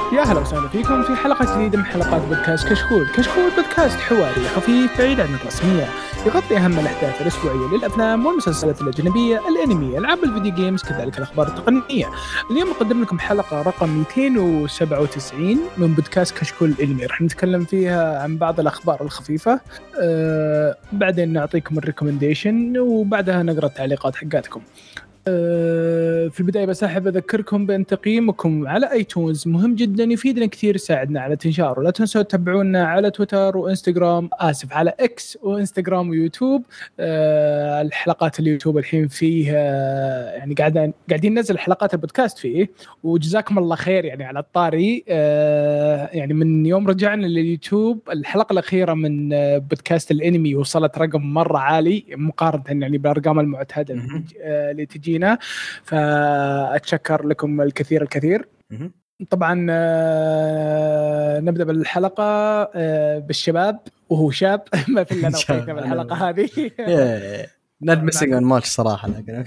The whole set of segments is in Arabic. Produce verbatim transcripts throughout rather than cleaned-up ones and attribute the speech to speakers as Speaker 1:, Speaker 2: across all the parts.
Speaker 1: يا هلا وسهلا فيكم في حلقة جديدة من حلقات بودكاست كشكول. كشكول بودكاست حواري خفيف بعيد عن الرسمية، يغطي أهم الأحداث الأسبوعية للأفلام والمسلسلات الأجنبية، الأنمي، ألعاب الفيديو جيمز، كذلك الأخبار التقنية. اليوم نقدم لكم حلقة رقم مئتين وسبعة وتسعين من بودكاست كشكول الأنمي. رح نتكلم فيها عن بعض الأخبار الخفيفة، أه بعدين نعطيكم الريكومنديشن وبعدها نقرأ التعليقات حقاتكم. في البداية بس أحب أذكركم بأن تقييمكم على ايتونز مهم جدا، يفيدنا كثير، يساعدنا على الانتشار. ولا تنسوا تتابعونا على تويتر وإنستغرام، آسف على إكس وإنستغرام ويوتيوب. أه الحلقات اليوتيوب الحين فيه أه يعني قاعدين قاعدين ننزل حلقات البودكاست فيه، وجزاكم الله خير يعني على الطاري. أه يعني من يوم رجعنا لليوتيوب الحلقة الأخيرة من أه بودكاست الأنمي وصلت رقم مرة عالي مقارنة يعني بالأرقام المعتادة اللي تجي، فأتشكر لكم الكثير الكثير. طبعا نبدأ بالحلقة بالشباب، وهو شاب ما في لنا وقيتنا بالحلقة هذه.
Speaker 2: not missing on much صراحة، لكن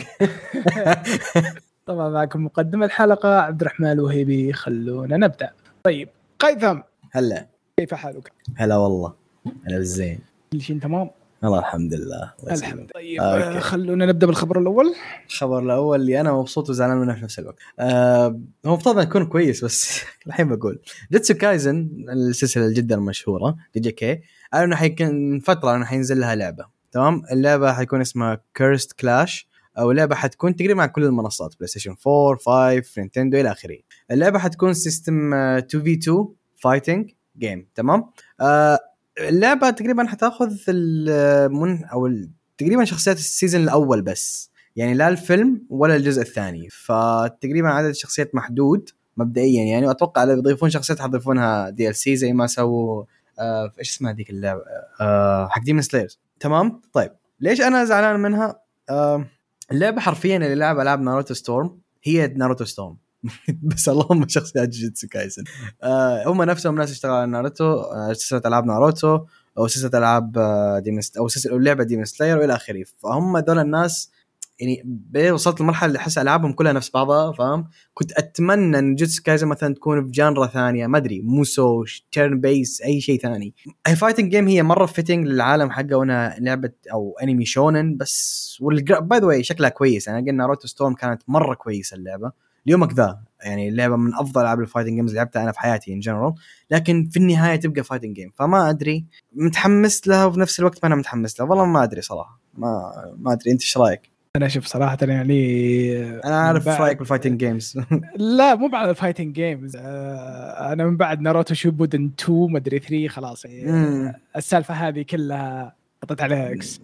Speaker 1: طبعا معكم مقدم الحلقة عبد الرحمن الوهيبي. خلونا نبدأ. طيب قيثم،
Speaker 2: هلا
Speaker 1: كيف حالك؟
Speaker 2: هلا والله أنا بالزين،
Speaker 1: كل شيء تمام
Speaker 2: والله الحمد لله.
Speaker 1: الحمد. طيب آه خلونا نبدأ بالخبر الأول.
Speaker 2: الخبر الأول اللي أنا مبسوط وزعلان منه في نفس الوقت. آه هو مفترض يكون كويس، بس الحين بقول جيتسو كايزن، السلسلة جدا مشهورة جي جي كي، قالوا إنه حيكون فترة إنه حينزل لها لعبة. تمام، اللعبة حيكون اسمها كيرست كلاش، أو اللعبة حتكون تقريبا على كل المنصات، بلاي ستيشن فور، فايف، نينتندو إلى آخره. اللعبة حتكون سيستم تو في تو فايتنج جيم. تمام. آه اللعبة تقريبا حتاخذ المن أو تقريبا شخصيات السيزن الأول بس، يعني لا الفيلم ولا الجزء الثاني، فتقريبا عدد الشخصيات محدود مبدئيا يعني. وأتوقع لو يضيفون شخصيات حيضيفونها دي ال سي زي ما سووا آه إيش اسمها ديك اللعبة آه حق ديمون سلايرز. تمام. طيب ليش أنا زعلان منها؟ آه اللعبة حرفيا اللي لعب ألعاب ناروتو ستورم هي ناروتو ستورم بس اللهم شخصيات جيتسو كايسن. آه هم نفسهم ناس اشتغلوا على ناروتو، آه سلسلة ألعاب ناروتو أو سلسلة ألعاب آه ديمست أو سلسلة اللعبة ديمون سلاير وإلى آخره. فهم دول الناس يعني وصلت المرحلة اللي حس ألعابهم كلها نفس بعضها. فاهم؟ كنت أتمنى أن جيتسو كايسن مثلا تكون في جانرا ثانية، ما أدري، موسو، تيرن بيس، أي شيء ثاني. هي فايتنج جيم، هي مرة فيتنج للعالم حقه وأنها لعبة أو أنمي شونن بس. باي ذا واي شكلها كويس، أنا قلنا ناروتو ستورم كانت مرة كويسة اللعبة اليومك ذا، يعني اللعبة من أفضل ألعاب الفايتنج جيمز اللي لعبتها أنا في حياتي إن جنرال، لكن في النهاية تبقى فايتنج جيم. فما أدري، متحمس لها وفي نفس الوقت ما أنا متحمس لها، والله ما أدري صراحة. ما ما أدري، أنت إيش رأيك؟
Speaker 1: أنا أشوف صراحة يعني
Speaker 2: أنا عارف رأيك بالفايتنج جيمز
Speaker 1: لا مو بعد الفايتنج جيمز، أنا من بعد ناروتو شيبودن تو ما أدري ثري خلاص يعني السالفة هذه كلها قطت عليها إكس.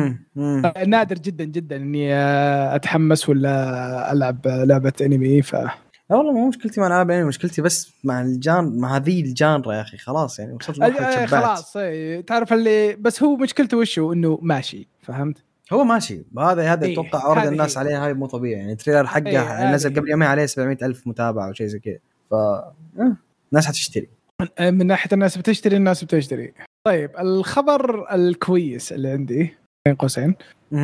Speaker 1: نادر جدا جدا إني أتحمس ولا ألعب لعبة أنمي. ف
Speaker 2: والله مو مشكلتي مع العاب يعني، مشكلتي بس مع الجان مع هذه الجانرا يا اخي. خلاص يعني وصلت لمرحله شبعت
Speaker 1: خلاص. تعرف اللي بس هو مشكلته وشه انه ماشي، فهمت؟
Speaker 2: هو ماشي هذا هذا اتوقع
Speaker 1: إيه
Speaker 2: عرض الناس هي. عليه هاي مو طبيعي يعني. التريلر حقه إيه نزل قبل يومين عليه سبعمية ألف متابع او شيء زي كذا، ف الناس حتشتري.
Speaker 1: من ناحيه الناس بتشتري، الناس بتشتري. طيب الخبر الكويس اللي عندي بين قوسين،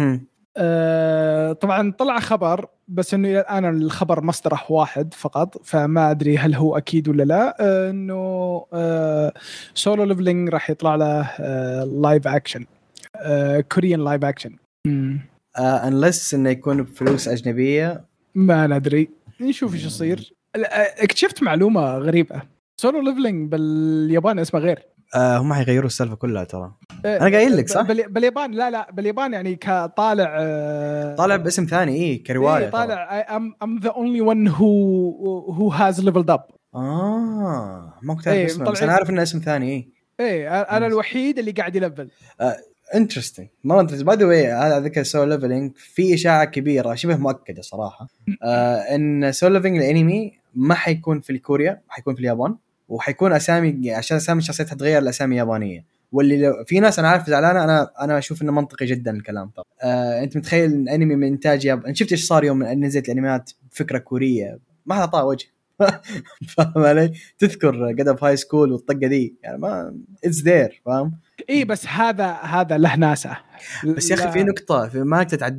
Speaker 1: آه طبعا طلع خبر بس انه الى الان الخبر مصدره واحد فقط، فما ادري هل هو اكيد ولا لا. آه انه آه سولو ليفلينج راح يطلع له آه لايف اكشن، آه كوريان لايف اكشن.
Speaker 2: انلس انه يكون بفلوس اجنبيه،
Speaker 1: ما ندري، نشوف ايش يصير. اكتشفت معلومه غريبه، سولو ليفلينج باليابان اسمه غير.
Speaker 2: آه هم حيغيروا السالفه كلها ترى. انا قايل لك صح.
Speaker 1: باليابان لا لا باليابان يعني كطالع آه
Speaker 2: طالع باسم ثاني، ايه كروايه.
Speaker 1: إيه طالع ام ام ذا اونلي ون هو هو هاز ليفلد اب.
Speaker 2: اه ما كنت عارف اسمه، بس انا عارف انه اسم ثاني. ايه
Speaker 1: ايه انا الوحيد اللي قاعد يلفل.
Speaker 2: انترستينج ما انت باي ذا واي. هذا ذكر سول ليفلينج في اشاعه كبيره شبه مؤكده صراحه آه ان سول ليفلينج الانمي ما حيكون في كوريا، حيكون في اليابان، وحيكون اسامي عشان اسامي الشخصيات حتغير الاسامي يابانيه. واللي لو في ناس انا عارف زعلانه، انا انا اشوف انه منطقي جدا الكلام. طب آه انت متخيل انمي من انتاج يابان؟ شفت ايش صار يوم نزلت الانميات فكره كوريه ما حد طاق وجه فاهم علي؟ تذكر قد في هاي سكول والطقه دي يعني، ما اتس ذير. فاهم؟
Speaker 1: ايه بس هذا هذا له ناسه.
Speaker 2: بس يا اخي في نقطه في ما تتعديها،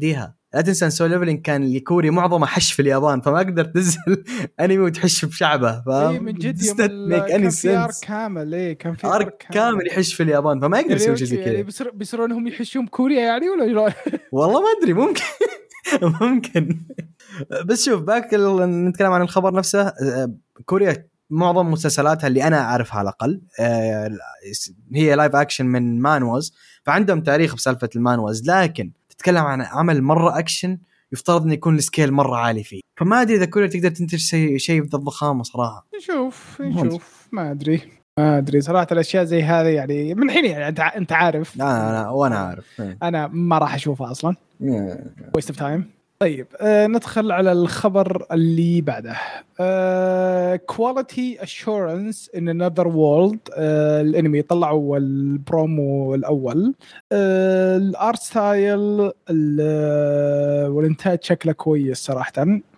Speaker 2: لا تنسى سولو ليفلينج كان الكوري معظمه حش في اليابان، فما اقدر تنزل انمي وتحش بشعبه. ف
Speaker 1: اي من جد يوم كان في ارك كامل. ايه كان في
Speaker 2: ارك كامل يحش في اليابان، فما يقدر يسوي شيء زي كذا.
Speaker 1: يعني بيصير بيصيرونهم يحشون كوريا يعني ولا
Speaker 2: والله ما ادري، ممكن ممكن. بس شوف باك نتكلم عن الخبر نفسه. كوريا معظم مسلسلاتها اللي انا اعرفها على الاقل هي لايف اكشن من مانوز، فعندهم تاريخ بسالفه المانوز، لكن تتكلم عن عمل مره اكشن يفترض انه يكون السكيل مره عالي فيه، فما ادري اذا كوريا تقدر تنتج شيء شيء بذا الضخامه صراحه.
Speaker 1: نشوف نشوف ما ادري ما ادري صراحه. الاشياء زي هذه يعني من الحين يعني انت انت عارف.
Speaker 2: لا انا وانا عارف
Speaker 1: انا ما راح اشوفها اصلا، ويست اوف تايم. طيب آه ندخل على الخبر اللي بعده. كواليتي اشورنس ان انذر وورلد. الانمي طلعوا البرومو الاول. آه الارت ستايل والانتاج شكله كويس صراحه.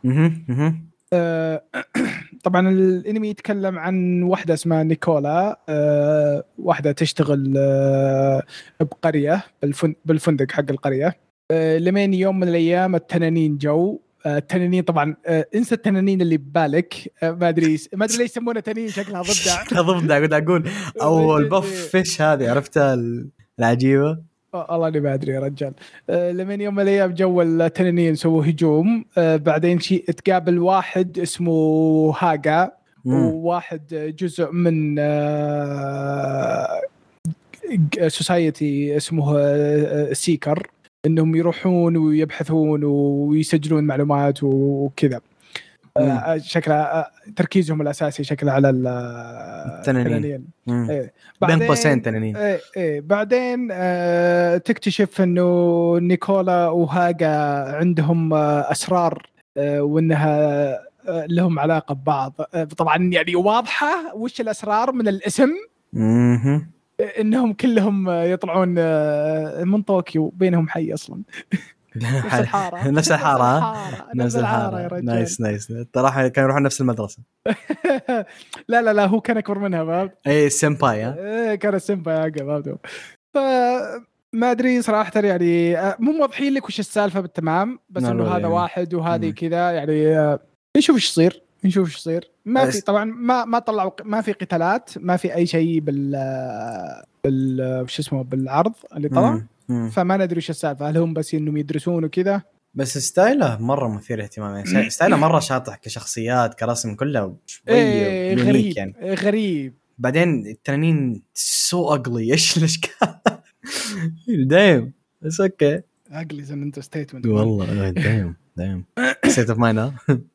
Speaker 1: آه طبعا الانمي يتكلم عن واحده اسمها نيكولا، آه واحده تشتغل آه بقريه بالفندق حق القريه. لمن يوم من الأيام التنانين جو. التنانين طبعا انسى التنانين اللي ببالك، ما أدري ما أدري ليش يسمونه تنين، شكلها ضفدع.
Speaker 2: شكلها ضفدع قلت أقول أو البف فيش هذه عرفتها العجيبة.
Speaker 1: الله أنا ما أدري يا رجال. لمن يوم من الأيام جو التنانين سووا هجوم. بعدين شيء تقابل واحد اسمه هاجا، وواحد جزء من سوسايتي اسمه سيكر، انهم يروحون ويبحثون ويسجلون معلومات وكذا. آه شكلها تركيزهم الاساسي شكله على التنانين.
Speaker 2: إيه. بين قوسين تنانين.
Speaker 1: إيه إيه. بعدين آه تكتشف انه نيكولا وهاجا عندهم آه اسرار، آه وانها آه لهم علاقه ببعض. آه طبعا يعني واضحه وش الاسرار من الاسم.
Speaker 2: اها
Speaker 1: انهم كلهم يطلعون من طوكيو، بينهم حي اصلا. نفس الحاره
Speaker 2: نفس الحاره
Speaker 1: نفس الحاره يا رجال.
Speaker 2: نايس نايس. ترى كانوا يروحون نفس المدرسه.
Speaker 1: لا لا لا هو كان اكبر منها باب.
Speaker 2: اي سمباي.
Speaker 1: ها كان السمباي باب. فما ادري صراحه يعني مو موضحين لك وش السالفه بالتمام، بس انه هذا يعني. واحد وهذه كذا يعني. نشوف ايش يصير نشوف ايش يصير. ما في طبعا ما ما طلعوا، ما في قتالات، ما في اي شيء بال بال وش اسمه بالعرض اللي طلع. فما ندري ايش السالفه، هل هم بس انهم يدرسون وكذا.
Speaker 2: بس ستايله مره مثير اهتمام يعني. ستايله مره شاطح كشخصيات كرسم كله شويه
Speaker 1: إيه غريب يعني. إيه غريب.
Speaker 2: بعدين التنانين سو اغلي ايش الاشكال دايم بس اوكي
Speaker 1: اغلي زي انت ستيتمنت
Speaker 2: والله دايم دايم ستيت اوف مايند.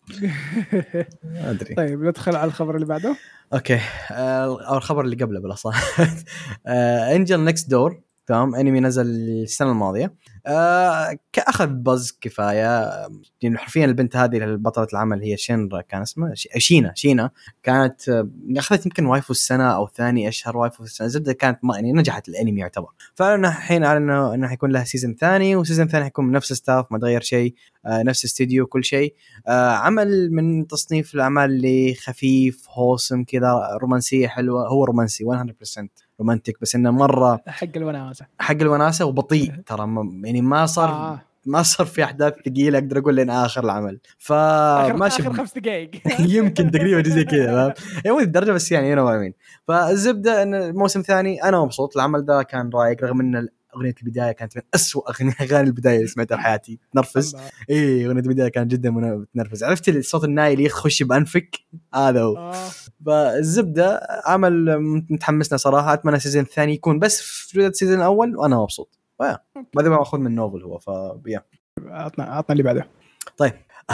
Speaker 2: ادري.
Speaker 1: طيب ندخل على الخبر اللي بعده.
Speaker 2: اوكي او الخبر اللي قبله بالاصح. انجل نيكست دور تمام، انمي نزل السنه الماضيه. آه كأخذ بز كفايه يعني. حرفيا البنت هذه البطله العمل هي شينرا، كان اسمها شينا شينا كانت آه اخذت يمكن وايفو السنه او ثاني اشهر وايفو السنه. زبده كانت يعني نجحت الانمي يعتبر. فانا الحين اعلنوا انه حيكون لها سيزن ثاني، وسيزن ثاني حيكون من نفس ستاف، ما تغير شيء، آه نفس استديو كل شيء. آه عمل من تصنيف الاعمال اللي خفيف هوسم كذا، رومانسيه حلوه. هو رومانسي مية بالمية رومانتيك، بس انه مره
Speaker 1: حق الوناسه حق
Speaker 2: الوناسه وبطيء ترى يعني. ما صار آه. ما صار في احداث ثقيله اقدر اقول لين اخر العمل.
Speaker 1: فماشي اخر خمس دقائق
Speaker 2: يمكن تقريبا زي كذا يعني الدرجه، بس يعني انا ما امين. فالزبده ان الموسم الثاني انا مبسوط. العمل ده كان رايق رغم ان اغنيه البدايه كانت من اسوء اغاني البدايه اللي سمعتها بحياتي. تنرفز. ايه اغنيه البدايه كانت جدا تنرفز. عرفت الصوت الناي اللي يخش بانفك هذا هو. آه. فالزبده عمل متحمسنا صراحه. اتمنى السيزون الثاني يكون بس في جوده السيزون الاول وانا مبسوط. ويا بعد ما اخذ من نوفل هو فبيا
Speaker 1: عطنا عطنا اللي بعده.
Speaker 2: طيب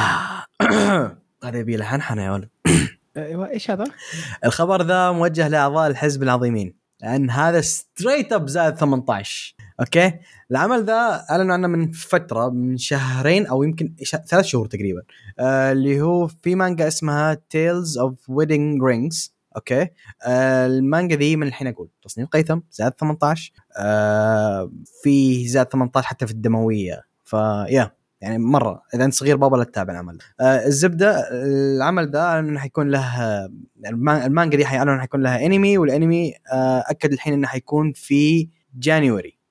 Speaker 2: هذا يبي له حنحنه يا ولد.
Speaker 1: ايوه ايش هذا
Speaker 2: الخبر ذا؟ موجه لاعضاء الحزب العظيمين، لأن هذا ستريت اب زائد ثمانية عشر. أوكي العمل ذا أعلنوا عنه من فترة، من شهرين أو يمكن ثلاث شهور تقريبا. آه اللي هو في مانجا اسمها Tales of Wedding Rings. أوكي آه المانجا ذي من الحين أقول تصنيف قيثم زائد ثمانية عشر. آه في زائد ثمانية عشر حتى في الدموية. فيا يعني مرة إذا أنت صغير بابا لا تتابع العمل. آه الزبدة العمل ده إنه حيكون له المانجا دي حيعلن إنه حيكون لها أنمي، والأنمي آه أكد الحين إنه حيكون في جانيوري. يب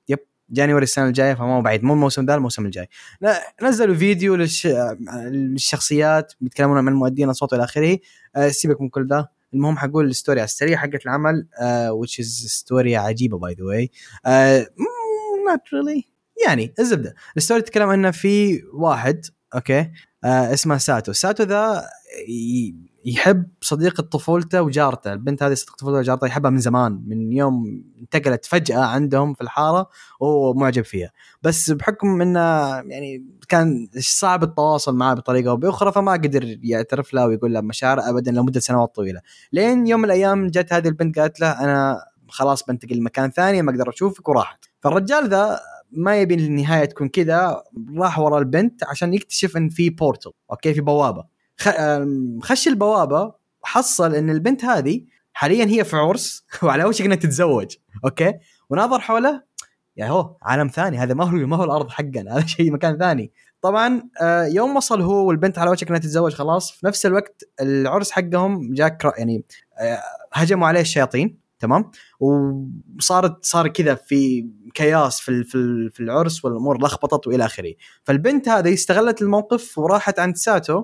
Speaker 2: جانيوري السنه الجايه، فما هو بعيد، مو الموسم ذا الموسم الجاي. نزلوا فيديو للش... للشخصيات بيتكلمون عن المؤدين الصوت الى اخره. أه سيبك من كل ذا، المهم حقول الستوري على السريع حقت العمل. uh, which is ستوري عجيبه باي ذا واي. not really يعني. الزبده الستوري تتكلم انه في واحد اوكي uh, اسمه ساتو. ساتو ذا ي... يحب صديقة طفولته وجارته. البنت هذه صديقة طفولته وجارته يحبها من زمان، من يوم انتقلت فجأة عندهم في الحارة ومعجب فيها، بس بحكم انه يعني كان صعب التواصل معه بطريقة او باخرى فما قدر يعترف له ويقول له مشاعر ابدا لمدة سنوات طويلة. لين يوم من الايام جت هذه البنت قالت له انا خلاص بنتقل لمكان ثاني ما اقدر اشوفك، وراحت. فالرجال ذا ما يبي النهاية تكون كذا، راح ورا البنت عشان يكتشف ان في بورتل اوكي في بوابة. خش البوابة وحصل ان البنت هذه حاليا هي في عرس وعلى وشك انها تتزوج اوكي. وناظر حوله يعني هو عالم ثاني، هذا ما هو ما هو الارض حقنا، هذا شيء مكان ثاني. طبعا يوم وصل هو والبنت على وشك انها تتزوج خلاص، في نفس الوقت العرس حقهم جاك يعني هجموا عليه الشياطين تمام، وصارت صار كذا في كياس في في العرس والامور لخبطت والى اخره. فالبنت هذه استغلت الموقف وراحت عند ساتو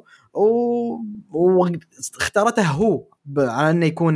Speaker 2: واختارته هو على انه يكون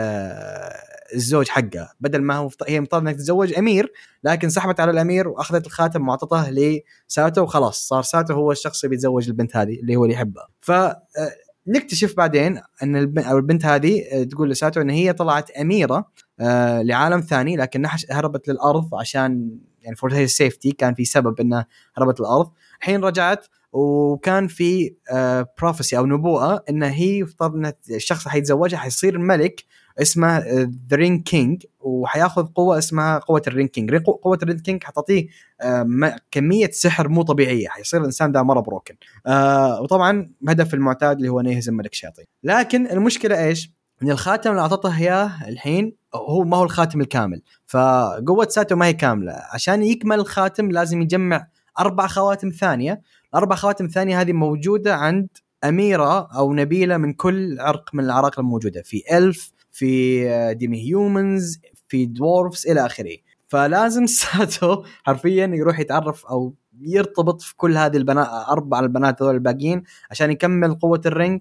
Speaker 2: الزوج حقه، بدل ما هو هي مطالبه انها تتزوج امير، لكن سحبت على الامير واخذت الخاتم معطته لساتو، وخلاص صار ساتو هو الشخص اللي بيتزوج البنت هذه اللي هو اللي يحبها. ف نكتشف بعدين ان البنت او البنت هذه تقول لساتو ان هي طلعت اميره آه لعالم ثاني، لكن هربت للارض عشان يعني فور هي سيفتي، كان في سبب انها هربت للارض. الحين رجعت وكان في آه بروفيسي او نبوءه ان هي يفترض ان الشخص حيتزوجها حيصير ملك اسمه ذا رينج كينج، وحياخذ قوه اسمها قوه الرينج كينج. قوه الرينج كينج حتعطيه آه كميه سحر مو طبيعيه، حيصير الانسان ده مره بروكن. آه وطبعا هدف المعتاد اللي هو انه يهزم ملك الشياطين. لكن المشكله ايش؟ ان الخاتم اللي اعطته اياه الحين هو ما هو الخاتم الكامل، فقوه ساتو ما هي كامله. عشان يكمل الخاتم لازم يجمع اربع خواتم ثانيه. الاربع خواتم ثانيه هذه موجوده عند اميره او نبيله من كل عرق من العراق الموجوده، في الف، في ديمي هيومنز، في دورفز الى اخره. فلازم ساتو حرفيا يروح يتعرف او يرتبط في كل هذه البنات اربع البنات هذول الباقيين عشان يكمل قوه الرينج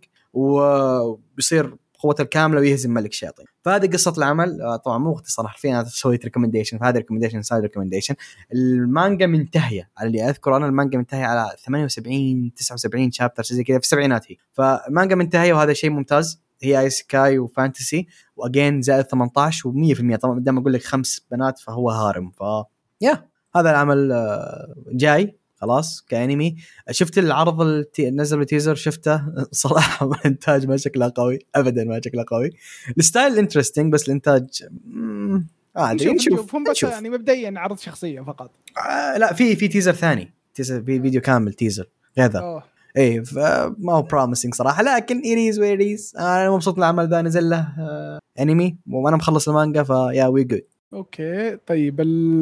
Speaker 2: وبيصير قوة الكاملة ويهزم ملك الشياطين. فهذه قصة العمل. طبعا مو اختصار حرفيا، أنا سويت ريكومنديشن، فهذا ريكومنديشن سايد ريكومنديشن. المانجا منتهية على اللي أذكر أنا، المانجا منتهية على ثمانية وسبعين تسعة وسبعين شابتر زي كذا في السبعينات هي، فمانجا منتهية وهذا شيء ممتاز. هي ايسكاي وفانتسي واجين زائد ثمانية عشر ومية في المية. طبعا بدي أقول لك خمس بنات فهو هارم. ف يا هذا العمل جاي خلاص كأنمي. شفت العرض اللي نزل التيزر شفته صراحة الانتاج ما شكله قوي ابدا، ما شكله قوي. الستايل انترستينج بس الانتاج
Speaker 1: اه نشوف هم بس يعني مبدئيا عرض شخصية فقط.
Speaker 2: آه لا في في تيزر ثاني، تيزر في فيديو كامل تيزر غير ذا. ايه ما هو بروميسنج صراحة، لكن إيريز وإيريز انا مبسوط العمل ذا نزل له آه انمي وانا مخلص المانجا فيا وي جود.
Speaker 1: اوكي طيب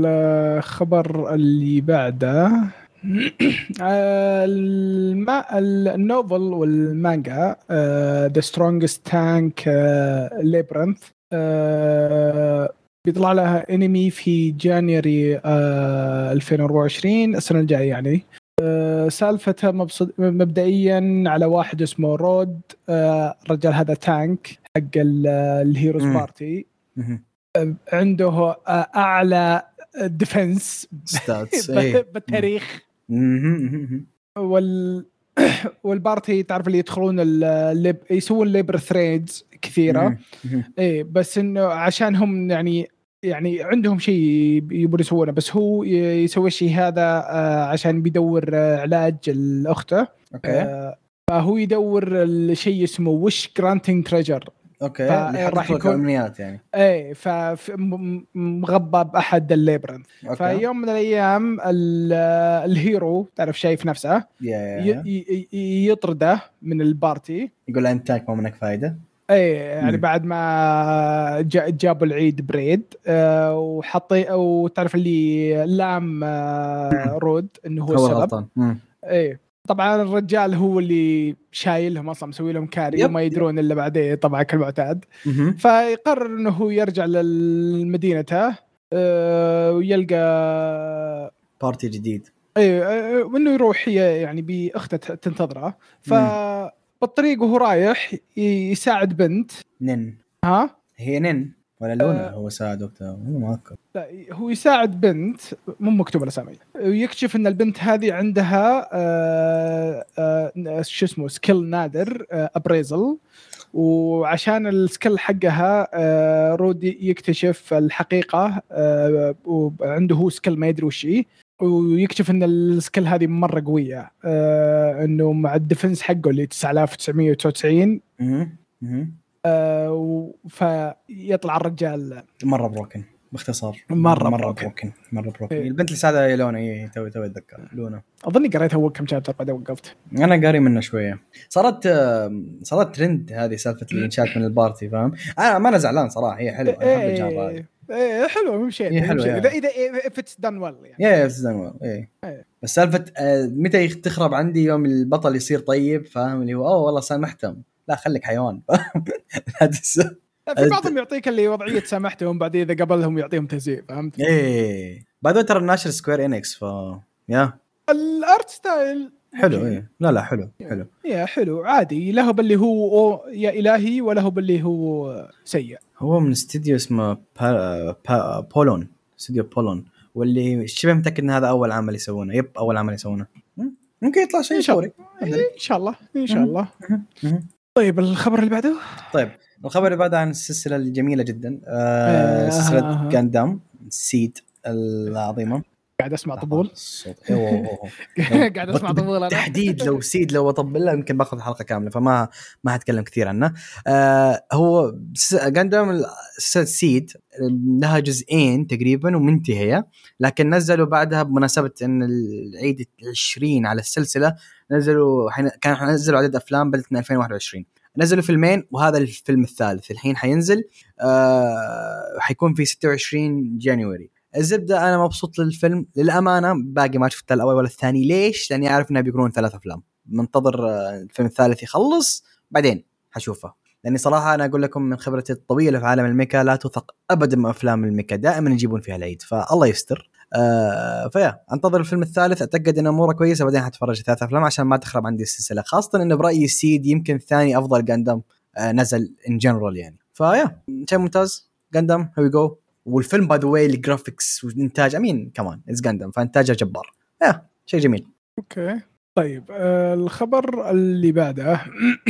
Speaker 1: الخبر اللي بعده الما النوفل والمانجا The Strongest Tank Labyrinth بيطلع لها انمي في جانيوري ألفين وأربعة وعشرين السنة الجاية يعني. سالفتها مبدئيا على واحد اسمه رود، الرجال هذا تانك حق الهيروز بارتي، عنده أعلى ديفنس بالتاريخ، وال والبارتي تعرف اللي يدخلون الليب يسوون ليبر ثريدز كثيرة. إيه بس إنه عشان هم يعني يعني عندهم شيء يبون يسوونه، بس هو يسوي الشيء هذا عشان بيدور علاج الأخته.
Speaker 2: أوكي.
Speaker 1: فهو يدور الشيء اسمه وش جرانتينج تريجر.
Speaker 2: اوكي راح يكون امنيات يعني.
Speaker 1: ايه فمغبى باحد الليبرنث. فيوم من الايام الهيرو تعرف شايف نفسه
Speaker 2: yeah.
Speaker 1: يطرده من البارتي،
Speaker 2: يقول انت تاك ما منك فايده.
Speaker 1: ايه يعني م. بعد ما جابوا العيد بريد أه وحطي او تعرف اللي لام أه رود انه هو, هو السبب. ايه طبعا الرجال هو اللي شايلهم اصلا، مسوي لهم كاري وما يدرون الا بعدين طبعا كالمعتاد. فيقرر انه هو يرجع للمدينته أه ويلقى
Speaker 2: بارتي جديد.
Speaker 1: اي وانه يروح هي يعني باخته تنتظره، فبالطريق وهو رايح يساعد بنت
Speaker 2: نن.
Speaker 1: ها
Speaker 2: هي نن ولا لونا؟ أه هو ساعد وقتها ما اذكر.
Speaker 1: لا هو يساعد بنت مو مكتوب الاسامي، ويكتشف ان البنت هذه عندها أه أه شو اسمه سكيل نادر أه ابريزل، وعشان السكيل حقها أه رودي يكتشف الحقيقه أه وعنده هو سكيل ما يدري وش هي، ويكتشف ان السكيل هذه مره قويه، آه انه مع الديفنس حقه اللي تسعة آلاف وتسعمية وتسعة وتسعين
Speaker 2: اها
Speaker 1: آه فيطلع الرجال
Speaker 2: مره بروكن باختصار.
Speaker 1: مره,
Speaker 2: مرة
Speaker 1: بروكن.
Speaker 2: بروكن مره بروكن
Speaker 1: إيه.
Speaker 2: البنت اللي ساعدها هي لونا، هي توي توي اتذكر لونا.
Speaker 1: اظني قريت اول كم شابتر بعد وقفت.
Speaker 2: انا قاري منه شويه. صارت صارت ترند هذه سالفه الانشات من البارتي، فاهم؟ انا ما انا زعلان صراحه، هي حلوه
Speaker 1: إيه
Speaker 2: الحمد لله. هذه
Speaker 1: ايه حلوه ممشي اذا اذا اتس دان ويل يعني
Speaker 2: يا اتس دان ويل ايه. بس سالفه متى تخرب عندي يوم البطل يصير طيب، فاهم؟ اللي هو اوه والله سامحتهم، لا خليك حيوان.
Speaker 1: في بعضهم يعطيك اللي وضعيه سامحتهم بعد اذا قبلهم يعطيهم تهزيء، فهمت؟
Speaker 2: ايه بعد ترى الناشر سكوير انكس ف يا
Speaker 1: الارت ستايل
Speaker 2: حلو. ايه لا لا حلو حلو
Speaker 1: يا حلو عادي، له باللي هو يا الهي وله باللي هو سيء.
Speaker 2: هو من استديو اسمه با... با... بولون، استديو بولون، واللي شبه متأكد ان هذا اول عمل يسوونه. يب اول عمل يسوونه، ممكن يطلع شيء اسطوري
Speaker 1: ان شاء الله ان شاء الله. طيب الخبر اللي بعده.
Speaker 2: طيب الخبر اللي بعده عن السلسله الجميله جدا آه سلسله آه. غاندام سيد العظيمه.
Speaker 1: قاعد اسمع طبول
Speaker 2: الصوت ايوه
Speaker 1: قاعد اسمع طبول انا
Speaker 2: تحديد. لو سيد لو اطبل له يمكن باخذ الحلقه كامله، فما ما هتكلم كثير عنه. آه هو غاندام سيد لها جزئين تقريبا ومنتهيه، لكن نزلوا بعدها بمناسبه ان العيد العشرين على السلسله نزلوا حين كانوا حنزلوا عدد افلام بدت من ألفين وواحد وعشرين، نزلوا فيلمين وهذا الفيلم الثالث الحين حينزل آه حيكون في ستة وعشرين جانيوري. الزبدة أنا مبسوط للفيلم للأمانة، باقي ما شفت الأول ولا الثاني. ليش؟ لأني أعرف إنه بيكونون ثلاث أفلام، منتظر الفيلم الثالث يخلص بعدين حشوفه. لأني صراحة أنا أقول لكم من خبرتي الطويلة في عالم الميكا لا تثق أبدا من أفلام الميكا، دائما يجيبون فيها العيد، فالله يستر. آه فيا أنتظر الفيلم الثالث، أتأكد إن أموره كويسة بعدين حتفرج ثلاث أفلام عشان ما تخرب عندي السلسلة، خاصة إنه برأيي سيد يمكن ثاني أفضل غاندام آه نزل إن جنرال يعني. فيا شيء ممتاز غاندام هيو جو. والفيلم باي ذا واي الجرافيكس والانتاج امين كمان از غاندام، فانتاجه جبار يا شيء جميل.
Speaker 1: اوكي طيب آه الخبر اللي بعده.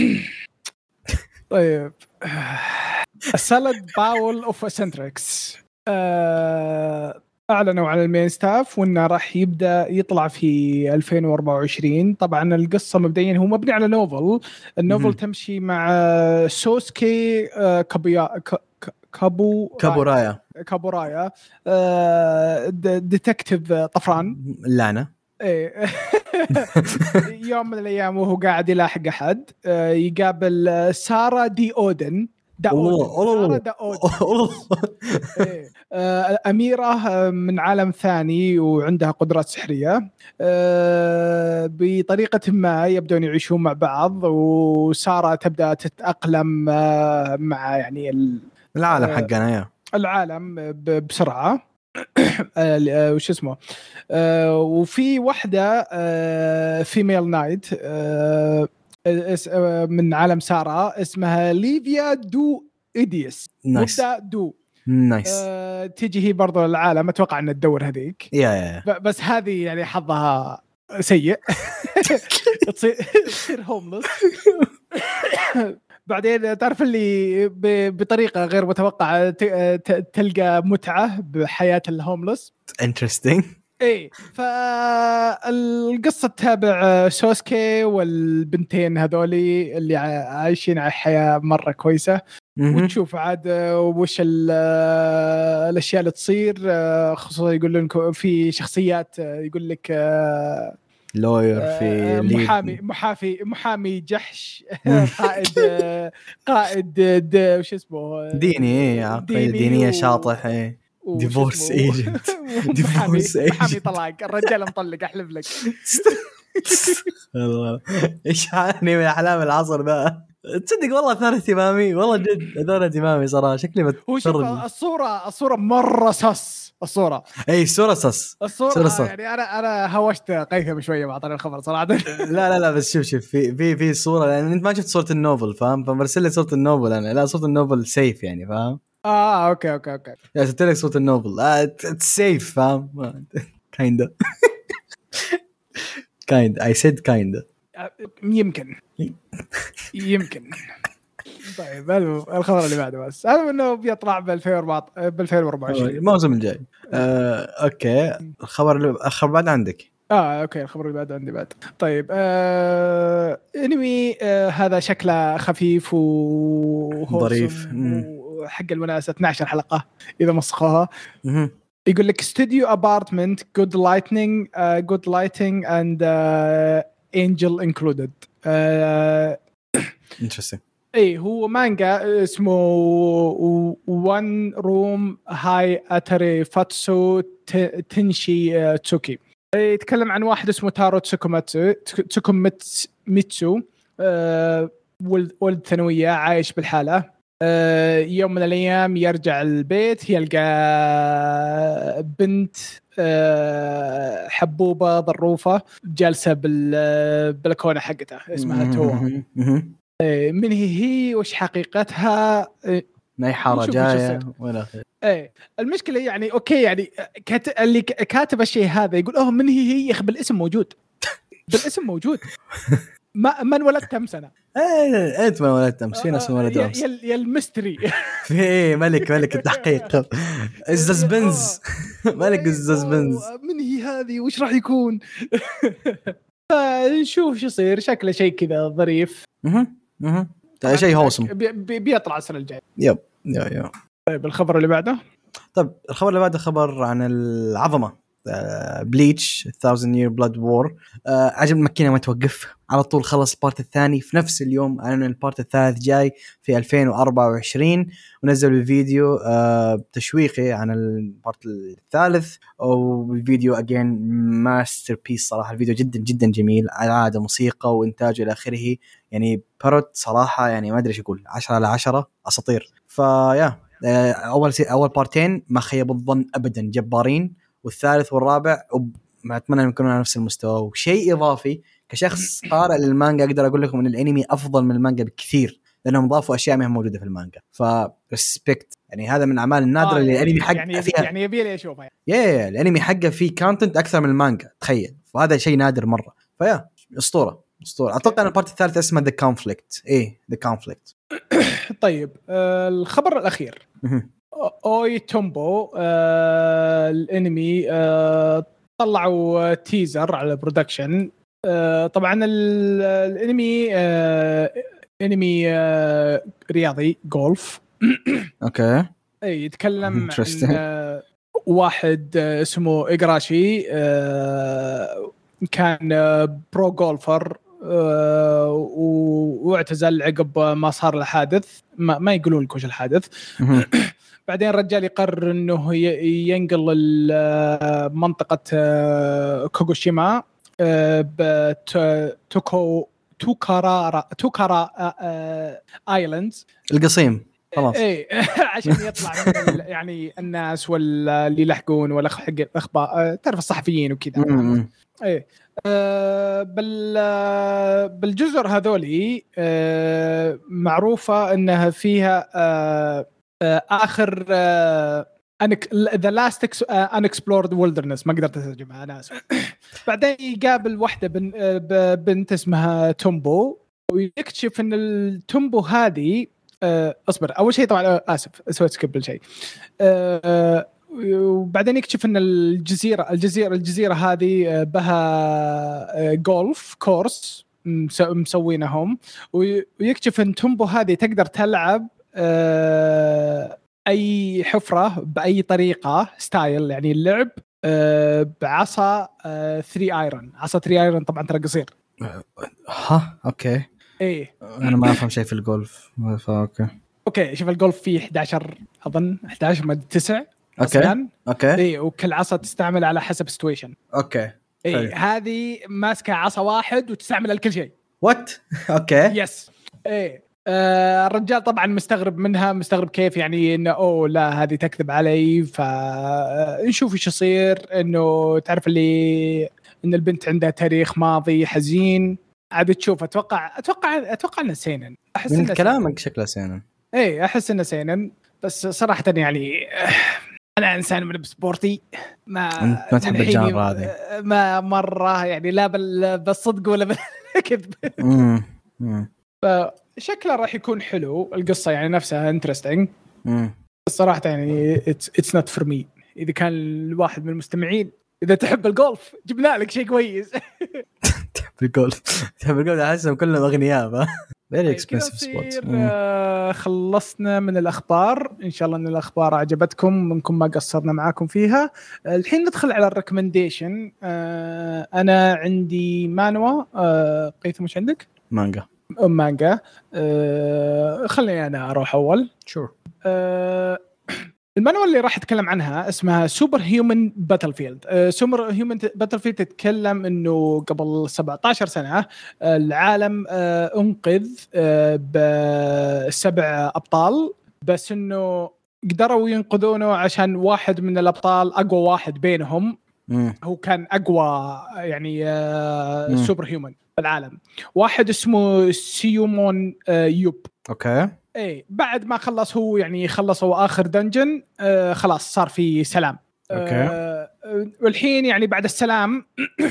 Speaker 1: طيب السالد باول اوف سنتريكس آه اعلنوا عن المين ستاف وانه راح يبدا يطلع في ألفين وأربعة وعشرين. طبعا القصه مبدئيا هو مبني على نوفل، النوفل تمشي مع سوسكي آه كابيا كابو
Speaker 2: كابورايا
Speaker 1: كابورايا آه ديتكتيف طفران
Speaker 2: لانا.
Speaker 1: ايه يوم من الايام وهو قاعد يلاحق احد آه يقابل سارة دي اودن دا أودن. دا أودن. إيه. آه أميرة من عالم ثاني وعندها قدرات سحرية آه بطريقة ما يبدون يعيشون مع بعض، وسارة تبدأ تتأقلم آه مع يعني
Speaker 2: العالم حقنا يا
Speaker 1: العالم بسرعة. وش اسمه آه وفي واحدة آه فيميل نايت آه من عالم سارة اسمها ليفيا دو إيديس.
Speaker 2: نايس
Speaker 1: دو
Speaker 2: نايس
Speaker 1: آه تيجي هي برضو العالم، أتوقع أن تدور هذيك
Speaker 2: يا يا
Speaker 1: بس هذه يعني حظها سيء. تصير تصير هوملس. بعدين تعرف اللي بطريقة غير متوقعة تلقى متعة بحياة الهوملس.
Speaker 2: interesting.
Speaker 1: ايه فالقصة تتابع سوسكي والبنتين هذولي اللي عايشين على حياة مرة كويسة، وتشوف عاد وش الاشياء اللي تصير، خصوصا يقول لك في شخصيات يقول لك
Speaker 2: لوير في
Speaker 1: محامي محافي محامي جحش قائد قائد وش اسمه
Speaker 2: ديني عقيدة دينية شاطح ديفورس ايجنت
Speaker 1: ديفورس ايجنت محامي طلاق الرجال مطلق احلف لك.
Speaker 2: والله ايش يعني من احلام العصر ذا. تصدق والله ثار اهتمامي والله جد ثار اهتمامي صراحه شكلي
Speaker 1: بتفرج. الصوره الصوره مره سس الصوره
Speaker 2: اي الصوره سس
Speaker 1: الصوره صورة يعني انا انا هوشت قيثم شويه مع طريق الخبر صراحه.
Speaker 2: لا لا لا بس شوف شوف في في في صوره يعني انت ما شفت صوره النوفل فاهم فمرسل لي صوره النوفل انا لا صوره النوفل سيف يعني فاهم.
Speaker 1: اه اوكي اوكي اوكي
Speaker 2: يا ست لك صوت النوفل اتس سيف فاهم كايندا كايند اي سيد كايندا
Speaker 1: يمكن يمكن. طيب الخبر اللي بعده بس هذا انه بيطلع ب ألفين وأربعة وعشرين
Speaker 2: الموسم الجاي. آه، اوكي الخبر اللي الخبر بعد عندك.
Speaker 1: اه اوكي الخبر اللي بعده عندي بعد. طيب آه، انمي آه، هذا شكله خفيف
Speaker 2: وظريف
Speaker 1: وحق الوناسه اثنا عشر حلقه اذا مسخوها. يقول لك استوديو ابارتمنت جود لايتنينج جود لايتنج اند انجل انكلودد.
Speaker 2: انترستين.
Speaker 1: اي هو مانجا اسمه وان روم هاي اتري فاتسو تنشي تسوكي. يتكلم عن واحد اسمه تارو تسوكوماتسو تسوكوميتسو أه ولد ثانوية عايش بالحالة. أه يوم من الأيام يرجع البيت يلقى بنت أه حبوبة ظروفة جالسة بالبلكونة حقتها اسمها توا. من هي هي وش حقيقتها
Speaker 2: ما هي حارة جاية ولا خير.
Speaker 1: ايه المشكلة يعني اوكي يعني كات... اللي كاتب الشيء هذا يقول اوه من هي هي يخ بالاسم موجود بالاسم موجود ما من ولدت كم سنة.
Speaker 2: ايه انت ما ولدت امس في ناس ولدوا امس
Speaker 1: يا يا الميستري
Speaker 2: في ايه ملك ملك التحقيق السسبنس ملك السسبنس
Speaker 1: من هي هذه وش راح يكون. فنشوف شو يصير شكله شيء كذا ظريف.
Speaker 2: اها اها شيء هوسم
Speaker 1: بي بيطلع السنة الجاية.
Speaker 2: يب يا يا
Speaker 1: طيب الخبر اللي بعده.
Speaker 2: طيب الخبر اللي بعده خبر عن العظمة بليتش thousand year blood war. آه عجب مكينة ما توقف على طول خلص البارت الثاني في نفس اليوم أعلنوا البارت الثالث جاي في ألفين وأربعة وعشرين ونزلوا الفيديو آه تشويقي عن البارت الثالث والفيديو again ماستر بيس صراحة. الفيديو جدا جدا جميل على عادة موسيقى وإنتاج إلى آخره يعني باروت صراحة يعني ما أدري إيش أقول عشرة على عشرة أساطير. فيا أول أول بارتين ما خيبوا الظن أبدا جبارين والثالث والرابع ما أتمنى أن يكونوا على نفس المستوى. وشيء إضافي كشخص قارئ للمانجا أقدر أقول لكم أن الأنمي أفضل من المانجا بكثير لأنهم ضافوا أشياء ما هي موجودة في المانجا. فرسبكت يعني هذا من الأعمال النادرة
Speaker 1: آه
Speaker 2: اللي
Speaker 1: يعني
Speaker 2: الأنمي حق
Speaker 1: يعني
Speaker 2: فيها
Speaker 1: يعني يبي لي أشوفها
Speaker 2: يا يا الأنمي حقه فيه كونتنت أكثر من المانجا تخيل وهذا شيء نادر مرة. فيا أسطورة أسطورة. أتوقع أن البارت الثالث اسمه The Conflict. إيه The Conflict.
Speaker 1: طيب آه الخبر الأخير أوي تومبو آه الانمي آه طلعوا تيزر على برودكشن. آه طبعا الانمي آه انمي آه رياضي جولف.
Speaker 2: اوكي
Speaker 1: اي يتكلم عن آه واحد آه اسمه إيغراشي آه كان آه برو جولفر آه واعتزل عقب ما صار له حادث ما, ما يقولون لك وش الحادث. بعدين الرجال يقرر انه ينقل منطقة كوغوشيما بتوكو توكارا توكارا ايلاندز
Speaker 2: القصيم خلاص
Speaker 1: ايه عشان يطلع من يعني الناس واللي يلحقون ولا حق الاخبار تعرف الصحفيين وكذا. ايه أه بال بالجزر هذولي أه معروفة انها فيها أه آخر The Last Unexplored Wilderness ما قدرت أترجمها أنا آسف. بعدين يقابل واحدة بنت اسمها تومبو ويكتشف أن التومبو هذه أصبر أول شيء طبعا آسف سويت سكيب بالشيء. وبعدين يكتشف أن الجزيرة الجزيرة الجزيرة هذه بها جولف كورس مسوينهم ويكتشف أن تومبو هذه تقدر تلعب أه أي حفرة بأي طريقة ستايل يعني اللعب أه بعصا أه ثري آيرون. عصا ثري آيرون طبعا ترى قصير.
Speaker 2: ها أوكي
Speaker 1: إيه
Speaker 2: أنا ما أفهم شيء في الجولف فأوكي
Speaker 1: أوكي شوف الجولف فيه إحدى عشر أظن إحدى عشر ما تسع
Speaker 2: أوكي أوكي
Speaker 1: إيه وكل عصا تستعمل على حسب ستويشن.
Speaker 2: أوكي
Speaker 1: إيه هذه ماسكة عصا واحد وتستعمل الكل شيء.
Speaker 2: وات أوكي
Speaker 1: يس إيه آه الرجال طبعا مستغرب منها، مستغرب كيف يعني انه اوه لا هذه تكذب علي. فنشوف ايش يصير، انه تعرف اللي ان البنت عندها تاريخ ماضي حزين. عاد تشوف اتوقع اتوقع اتوقع انه سينن. احس
Speaker 2: من
Speaker 1: انه
Speaker 2: كلامك شكله سينن.
Speaker 1: ايه احس انه سينن، بس صراحه يعني انا انسان من بسبورتي، ما
Speaker 2: انت ما تحب الجانر هذه،
Speaker 1: ما مره يعني لا بالصدق ولا بالكذب. فشكله راح يكون حلو، القصه يعني نفسها انترستينج. الصراحه يعني اتس نوت فور مي. اذا كان الواحد من المستمعين اذا تحب الجولف جبنا لك شيء كويس.
Speaker 2: تحب الجولف تحب الجولف احسهم كلهم اغنياء. فيري اكسبنسيف سبورت.
Speaker 1: خلصنا من الاخبار، ان شاء الله ان الاخبار عجبتكم، منكم ما قصرنا معاكم فيها. الحين ندخل على الريكومنديشن. انا عندي مانوا. قيثم مش عندك؟
Speaker 2: مانجا.
Speaker 1: مانجا. خليني انا اروح اول.
Speaker 2: شور.
Speaker 1: المانوا اللي راح اتكلم عنها اسمها سوبر هيومن باتلفيلد. سوبر هيومن باتلفيلد تتكلم انه قبل سبعة عشر سنة العالم انقذ بسبع ابطال، بس انه قدروا ينقذونه عشان واحد من الابطال اقوى واحد بينهم. م. هو كان اقوى يعني سوبر هيومن في العالم، واحد اسمه سيومون يوب.
Speaker 2: اوكي.
Speaker 1: ايه بعد ما خلص هو يعني خلصوا اخر دنجن، آه خلاص صار في سلام.
Speaker 2: اوكي.
Speaker 1: آه والحين يعني بعد السلام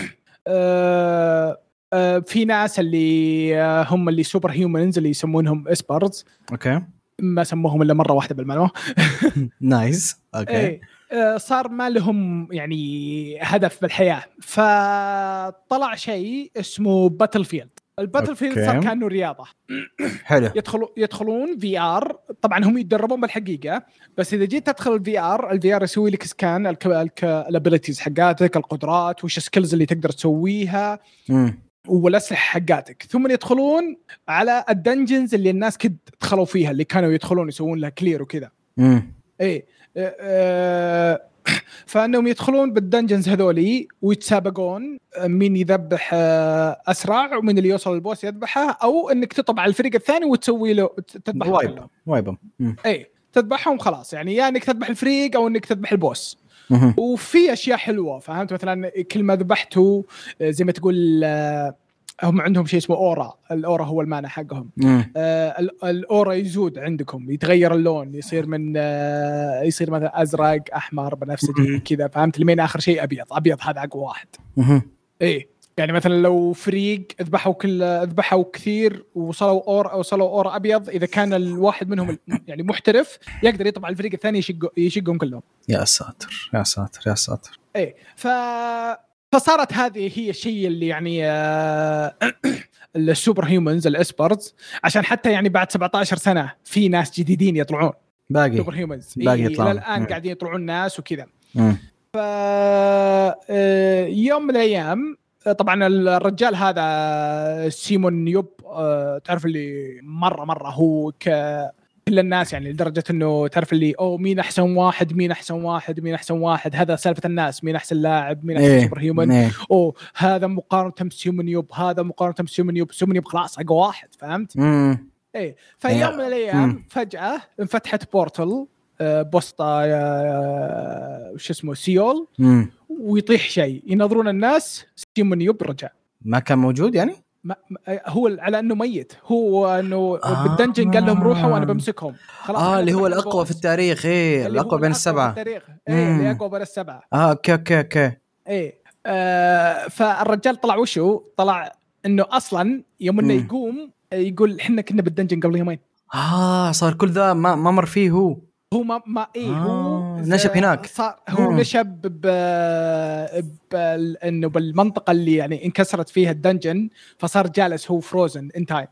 Speaker 1: آه آه في ناس اللي آه هم اللي سوبر هيومنز اللي يسمونهم اسبرز.
Speaker 2: اوكي.
Speaker 1: ما سموهم الا مره واحده بالمنوى.
Speaker 2: نايس. اوكي.
Speaker 1: ايه آه صار ما لهم يعني هدف بالحياه، فطلع شيء اسمه باتل فيلد. الباتل فيلد صار كأنه رياضة.
Speaker 2: حلو.
Speaker 1: يدخلوا يدخلون في آر، طبعا هم يتدربون بالحقيقة، بس إذا جيت تدخل الفي آر، الفي آر يسوي لك سكان الابيليتيز حقاتك، القدرات وش السكيلز اللي تقدر تسويها والأسلحة حقاتك. ثم يدخلون على الدنجنز اللي الناس كد دخلوا فيها، اللي كانوا يدخلون يسوون لها كلير وكذا. إيه أه فانهم يدخلون بالدنجنز هذولي ويتسابقون مين يذبح اسرع ومن اللي يوصل البوس يذبحه، او انك تطب على الفريق الثاني وتسوي له تذبحهم
Speaker 2: وايب وايب
Speaker 1: اي تذبحهم خلاص، يعني يا انك تذبح الفريق او انك تذبح البوس. وفي اشياء حلوه فهمت، مثلا كل ما ذبحته زي ما تقول هم عندهم شيء اسمه أورا. الأورا هو المعنى حقهم. آه الأورا يزود عندكم، يتغير اللون، يصير من آه يصير مثلا أزرق أحمر بنفسجي كذا فهمت. لمين آخر شيء أبيض. أبيض هذا أقوى واحد. إيه يعني مثلا لو فريق ذبحوا كل ذبحوا كثير وصلوا أورا أو وصلوا أورا أبيض، إذا كان الواحد منهم يعني محترف يقدر يطبع الفريق الثاني يشق يشقهم كلهم.
Speaker 2: يا ساتر يا ساتر يا ساتر.
Speaker 1: إيه ف فصارت هذه هي الشيء اللي يعني السوبر هيومنز الاسبرز، عشان حتى يعني بعد سبعة عشر سنة في ناس جديدين يطلعون
Speaker 2: باقي
Speaker 1: سوبر هيومنز
Speaker 2: باقي يطلعون
Speaker 1: الآن قاعدين يطلعون ناس وكذا. ف يوم من الأيام طبعا الرجال هذا سيمون يوب تعرف اللي مرة مرة هو ك كل الناس يعني لدرجة إنه تعرف اللي أو مين أحسن واحد مين أحسن واحد مين أحسن واحد هذا سالفة الناس، مين أحسن لاعب مين أحسن
Speaker 2: إيه.
Speaker 1: سوبر هيومن إيه. أو هذا مقارنة بسيومن يوب، هذا مقارنة بسيومن يوب، سيومن يوب خلاص أقوى واحد فهمت.
Speaker 2: مم.
Speaker 1: إيه في يوم من الأيام مم. فجأة انفتحت بورتل آه بوسطة آه وش اسمه سيول مم. ويطيح شيء، ينظرون الناس سيومن يوب رجع.
Speaker 2: ما كان موجود يعني؟
Speaker 1: ما هو على انه ميت، هو انه آه بالدنجن قال لهم روحوا وانا بمسكهم
Speaker 2: خلاص. اه اللي هو الاقوى في التاريخ. ايه الاقوى بين السبعه.
Speaker 1: ايه اللي اقوى بين السبعه.
Speaker 2: اه اوكي اوكي اوكي.
Speaker 1: ايه آه فالرجال طلع وشو طلع انه اصلا يوم انه يقوم يقول احنا كنا بالدنجن قبل يومين.
Speaker 2: اه صار كل ذا ما ما مر فيه هو
Speaker 1: هو ما ما ايه آه
Speaker 2: هو نشب هناك.
Speaker 1: صار هو مم. نشب ب ب انه بالمنطقه اللي يعني انكسرت فيها الدنجن، فصار جالس هو فروزن ان تايم.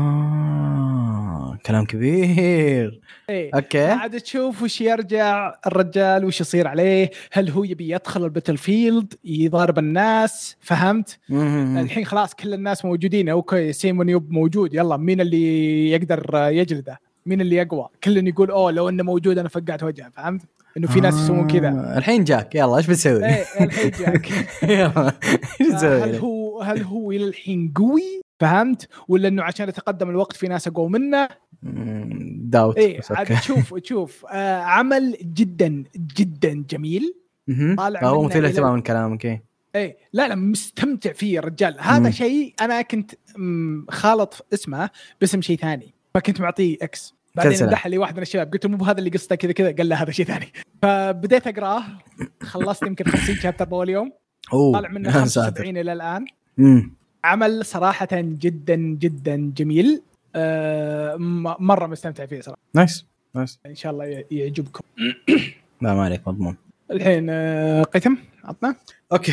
Speaker 2: اه كلام كبير.
Speaker 1: ايه
Speaker 2: اوكي
Speaker 1: قاعد تشوف وش يرجع الرجال وش يصير عليه، هل هو يبي يدخل الباتل فيلد يضارب الناس فهمت. مم. الحين خلاص كل الناس موجودين، اوكي سيمون يوب موجود، يلا مين اللي يقدر يجلده، مين اللي يقوى. كلن يقول اوه لو انه موجود انا فقعت وجهه فهمت انه في ناس يسوون كذا.
Speaker 2: الحين جاك يلا ايش بتسوي؟
Speaker 1: ايه الحين جاك.
Speaker 2: يلا ايش تسوي؟
Speaker 1: هل هو هل هو الى الحين قوي فهمت؟ ولا انه عشان يتقدم الوقت في ناس اقوى منه؟
Speaker 2: داوت.
Speaker 1: ايه عاد تشوف تشوف آه عمل جدا جدا جميل.
Speaker 2: طالع هو مثير اهتمام من كلامك. ايه
Speaker 1: ايه لا لا مستمتع فيه الرجال هذا. شيء انا كنت خالط اسمه باسم شيء ثاني فكنت معطيه اكس، بعدين مدح لي واحد من الشباب قلت له مو بهذا اللي قصته كذا كذا، قال له هذا شيء ثاني. فبديت اقراه خلصت يمكن خمسين شابتر بول يوم، طالع منه خمسة وسبعين الى الان. مم. عمل صراحه جدا جدا جميل. آه مره مستمتع فيه صراحه.
Speaker 2: نايس نايس
Speaker 1: ان شاء الله يعجبكم.
Speaker 2: لا ما عليك مضمون.
Speaker 1: الحين آه قيثم عطنا.
Speaker 2: اوكي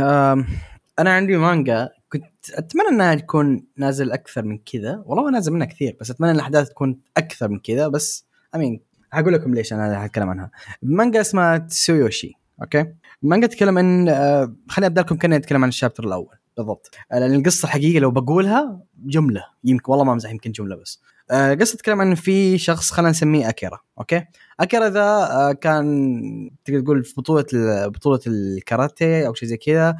Speaker 2: انا عندي مانجا كنت اتمنى انها تكون نازل اكثر من كذا، والله ما نازل منها كثير بس اتمنى ان الاحداث تكون اكثر من كذا. بس امين هقول لكم ليش انا هتكلم عنها. مانجا اسمها تسويوشي. اوكي مانجا تتكلم عن آه خليني ابدا لكم كنا نتكلم عن الشابتر الاول بالضبط، لان القصه الحقيقيه لو بقولها جمله يمكن والله ما امزح يمكن جمله بس. آه قصه تتكلم عن في شخص خلينا نسميه اكيرا. اوكي اكيرا ذا آه كان تقدر تقول في بطوله بطوله الكاراتيه او شيء زي كذا،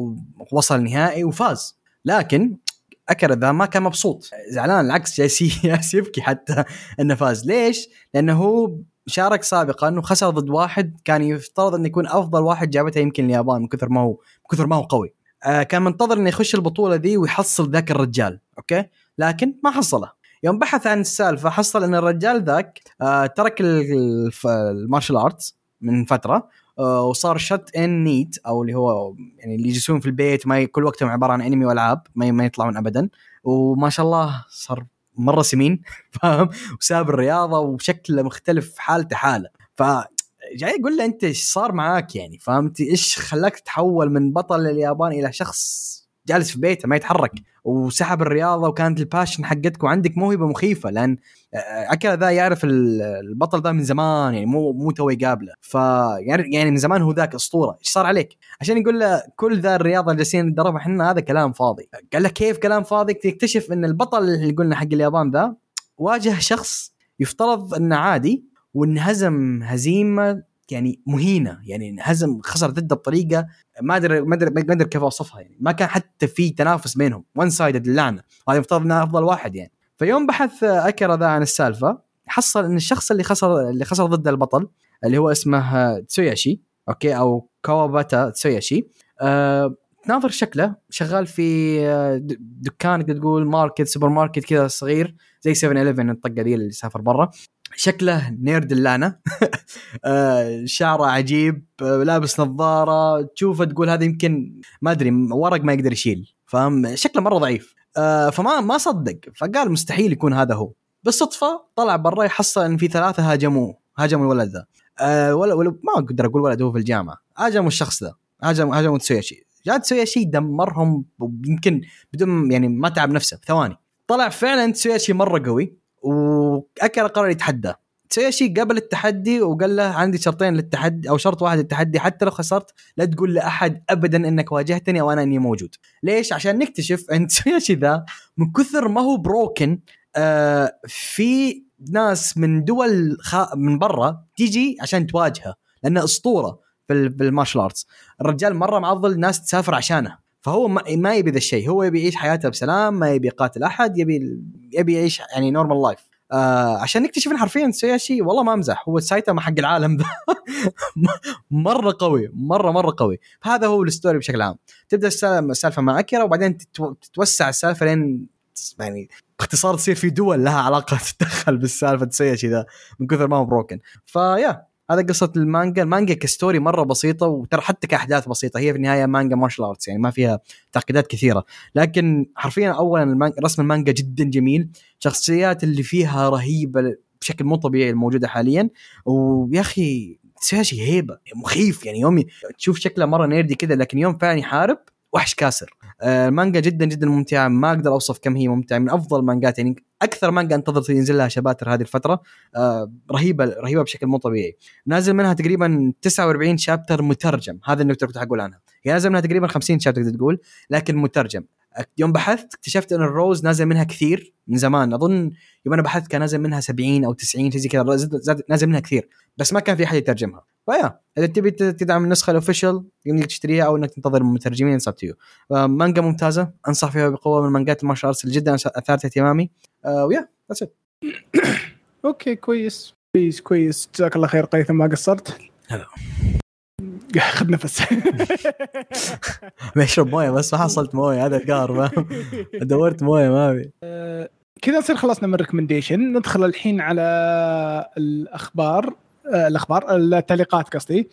Speaker 2: ووصل النهائي وفاز. لكن أكيرا ذا ما كان مبسوط، زعلان، العكس جالس يبكي حتى انه فاز. ليش؟ لانه هو شارك سابقا انه خسر ضد واحد كان يفترض انه يكون افضل واحد جابتها يمكن اليابان من كثر ما هو كثر ما هو قوي. آه كان منتظر انه يخش البطوله دي ويحصل ذاك الرجال. اوكي لكن ما حصله. يوم بحث عن السالفه حصل ان الرجال ذاك آه ترك المارشال ارتس من فتره آه وصار شت ان نيت، او اللي هو يعني اللي يجلسون في البيت ما كل وقتهم عباره عن انمي والعاب ما ما يطلعون ابدا. وما شاء الله صار مره سمين فاهم، وساب الرياضه وشكله مختلف حالته حاله. ف جاي يقول له انت ايش صار معاك يعني، فهمتي ايش خلاك تتحول من بطل اليابان الى شخص جالس في بيته ما يتحرك، وسحب الرياضه وكانت الباشن حقتك وعندك موهبه مخيفه. لان اكيد ذا يعرف البطل ذا من زمان يعني مو مو توي قابله، ف يعني من زمان هو ذاك اسطوره. ايش صار عليك؟ عشان يقول له كل ذا الرياضه اللي جالسين نتدربها احنا هذا كلام فاضي. قال له كيف كلام فاضي؟ تكتشف ان البطل اللي قلنا حق اليابان ذا واجه شخص يفترض انه عادي وانهزم هزيمه يعني مهينه، يعني هزم خسر ضده بطريقه ما ادري ما ادري ما ادري كيف اوصفها. يعني ما كان حتى في تنافس بينهم، وان سايدد اللعنه، وهذا يفترض انه افضل واحد يعني. فيوم بحث اكيرا ذا عن السالفه حصل ان الشخص اللي خسر اللي خسر ضد البطل اللي هو اسمه تسوياشي اوكي او كواباتا تسوياشي أه ناظر شكله شغال في دكان تقول ماركت سوبر ماركت كذا صغير زي سفن إليفن الطقه دي اللي سافر برا. شكله نيرد اللعنة شعره عجيب، لابس نظارة تشوفه تقول هذا يمكن ما أدري ورق ما يقدر يشيل، فهم شكله مرة ضعيف. فما ما صدق فقال مستحيل يكون هذا هو. بالصدفة طلع برا يحصل إن في ثلاثة هاجموه هاجموا الولد ذا ولا ولا ما أقدر أقول ولد هو في الجامعة هاجموا الشخص ذا هاجم هاجموا تسوياشي. جاء تسوياشي دمرهم يمكن بدون يعني ما تعب نفسه ثواني. طلع فعلا تسوياشي مرة قوي وأكيرا قرر يتحدى. تسوياشي قبل التحدي وقال له عندي شرطين للتحدي أو شرط واحد للتحدي، حتى لو خسرت لا تقول لأحد أبدا أنك واجهتني أو أنا أني موجود. ليش؟ عشان نكتشف أن تسوياشي ذا من كثر ما هو بروكن آه في ناس من دول خ... من برا تيجي عشان تواجهه لأنه أسطورة في المارشال آرتس. الرجال مرة معضل ناس تسافر عشانه، فهو ما يبي ذا الشيء، هو يبي يعيش حياته بسلام، ما يبي يقاتل أحد، يبي يبي يعيش يعني نورمال لايف. آه عشان نكتشف إن حرفيا تسوياشي والله ما أمزح هو سايتاما حق العالم ذا مرة قوي مرة مرة قوي. هذا هو الستوري بشكل عام. تبدأ السالفة مع أكيرا وبعدين تتوسع السالفة لين يعني باختصار تصير في دول لها علاقة تتدخل بالسالفة تسوياشي ذا من كثر ما هو بروكن. فيا هذا قصة المانجا. المانجا كستوري مرة بسيطة وترى حتى كأحداث بسيطة، هي في النهاية مانجا مارشال آرتس يعني ما فيها تعقيدات كثيرة، لكن حرفيا أولا المانجا رسم المانجا جدا جميل، شخصيات اللي فيها رهيبة بشكل مو طبيعي الموجودة حاليا. ويا أخي تسوياشي هيبة مخيف يعني، يوم تشوف شكله مرة نيردي كذا لكن يوم فعلا يحارب وحش كاسر. المانجا جدا جدا ممتعة، ما أقدر أوصف كم هي ممتعة، من أفضل مانجات يعني أكثر مانجا أنتظر ينزل لها شباتر هذه الفترة. آه رهيبة رهيبة بشكل مو طبيعي. نازل منها تقريبا تسعة وأربعين شابتر مترجم، هذا النقطة كنت هقول عنها، يعني نازل منها تقريبا خمسين شابتر تقدر تقول لكن مترجم. يوم بحثت اكتشفت ان الروز نازل منها كثير من زمان، اظن يوم انا بحثت كان نازل منها سبعين او تسعين شيء كذا، زاد نازل منها كثير بس ما كان في احد يترجمها. فيا اذا تبي تدعم النسخه الاوفيشال يمديك تشتريها او انك تنتظر مترجمين صابتيو. مانجا ممتازه انصح فيها بقوه، من المانجات المارشال ارتس اللي جدا اثارت اهتمامي. آه ويا بس
Speaker 1: اوكي كويس كويس كويس جزاك الله خير قيثم ما قصرت.
Speaker 2: هلا
Speaker 1: خذ نفس.
Speaker 2: بشرب مويه بس ما حصلت مويه، هذا القار ما دورت مويه ما في.
Speaker 1: أه كذا نصير خلصنا من الريكومنديشن، ندخل الحين على الاخبار أه الاخبار التعليقات قصدي.